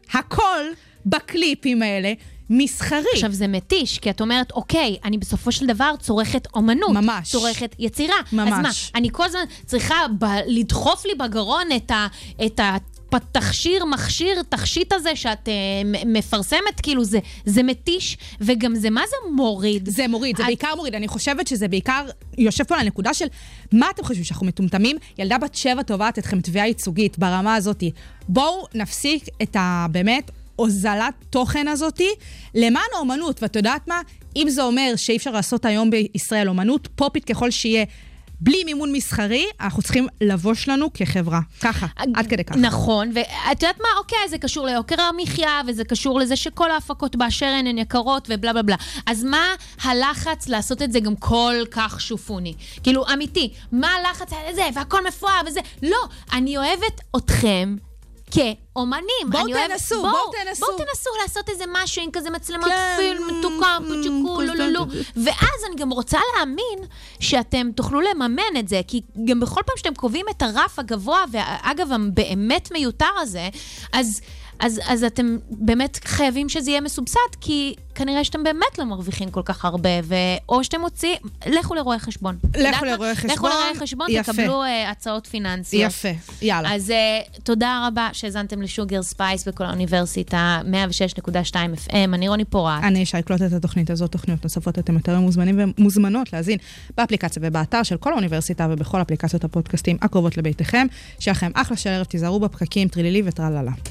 Speaker 5: הכל בקליפים האלה מסחרי.
Speaker 4: עכשיו זה מתיש, כי את אומרת, אוקיי, אני בסופו של דבר צורכת אומנות. ממש. צורכת יצירה. ממש. אז מה, אני כל הזמן צריכה ב- לדחוף לי בגרון את ה... את ה תכשיר, מכשיר, תכשיט הזה שאת uh, מפרסמת, כאילו זה, זה מתיש, וגם זה, מה זה מוריד?
Speaker 5: זה מוריד, זה את... בעיקר מוריד. אני חושבת שזה בעיקר יושב פה על הנקודה של, מה אתם חושבים שאנחנו מטומטמים? ילדה בת שבע תובעת אתכם תביעה ייצוגית ברמה הזאת. בואו נפסיק את ה... באמת, הוזלת תוכן הזאת למען האומנות. ואת יודעת מה? אם זה אומר שאי אפשר לעשות היום בישראל אומנות, פופית ככל שיהיה, בלי מימון מסחרי, אנחנו צריכים לבוש לנו כחברה. ככה, עד כדי ככה.
Speaker 4: נכון, ואת יודעת מה? אוקיי, זה קשור ליוקר המחיה, וזה קשור לזה שכל ההפקות באשר הן הן יקרות, ובלה בלה בלה. אז מה הלחץ לעשות את זה גם כל כך שופוני? כאילו, אמיתי, מה הלחץ הזה, והכל מפואר וזה? לא, אני אוהבת אתכם, כאומנים.
Speaker 5: בואו תנסו, בואו תנסו.
Speaker 4: בואו תנסו לעשות איזה משהו עם כזה מצלמת פילם, מתוקה, פצ'קו, לולולו. ואז אני גם רוצה להאמין שאתם תוכלו לממן את זה, כי גם בכל פעם שאתם קובעים את הרף הגבוה, ואגב, הבאמת מיותר הזה, אז... אז, אז אתם באמת חייבים שזה יהיה מסובסד, כי כנראה שאתם באמת לא מרוויחים כל כך הרבה, או שאתם מוצאים, לכו לרואי חשבון.
Speaker 5: לכו לרואי חשבון,
Speaker 4: לכו לרואי חשבון, תקבלו uh, הצעות פיננסיות.
Speaker 5: יפה, יאללה.
Speaker 4: אז uh, תודה רבה שהזנתם לשוגר ספייס בכל האוניברסיטה, מאה ושש נקודה שתיים אף אם, אני רוני פורט.
Speaker 5: אני שי קלוט את התוכנית הזאת, תוכניות נוספות, אתם יותר מוזמנים ומוזמנות להזין באפליקציה ובאתר של כל האוניברסיטה, ובכל אפליקציות הפודקאסטים הקרובות לביתכם, שיהיה לכם אחלה של ערב, תיזהרו בפקקים, טרילילי וטרללה.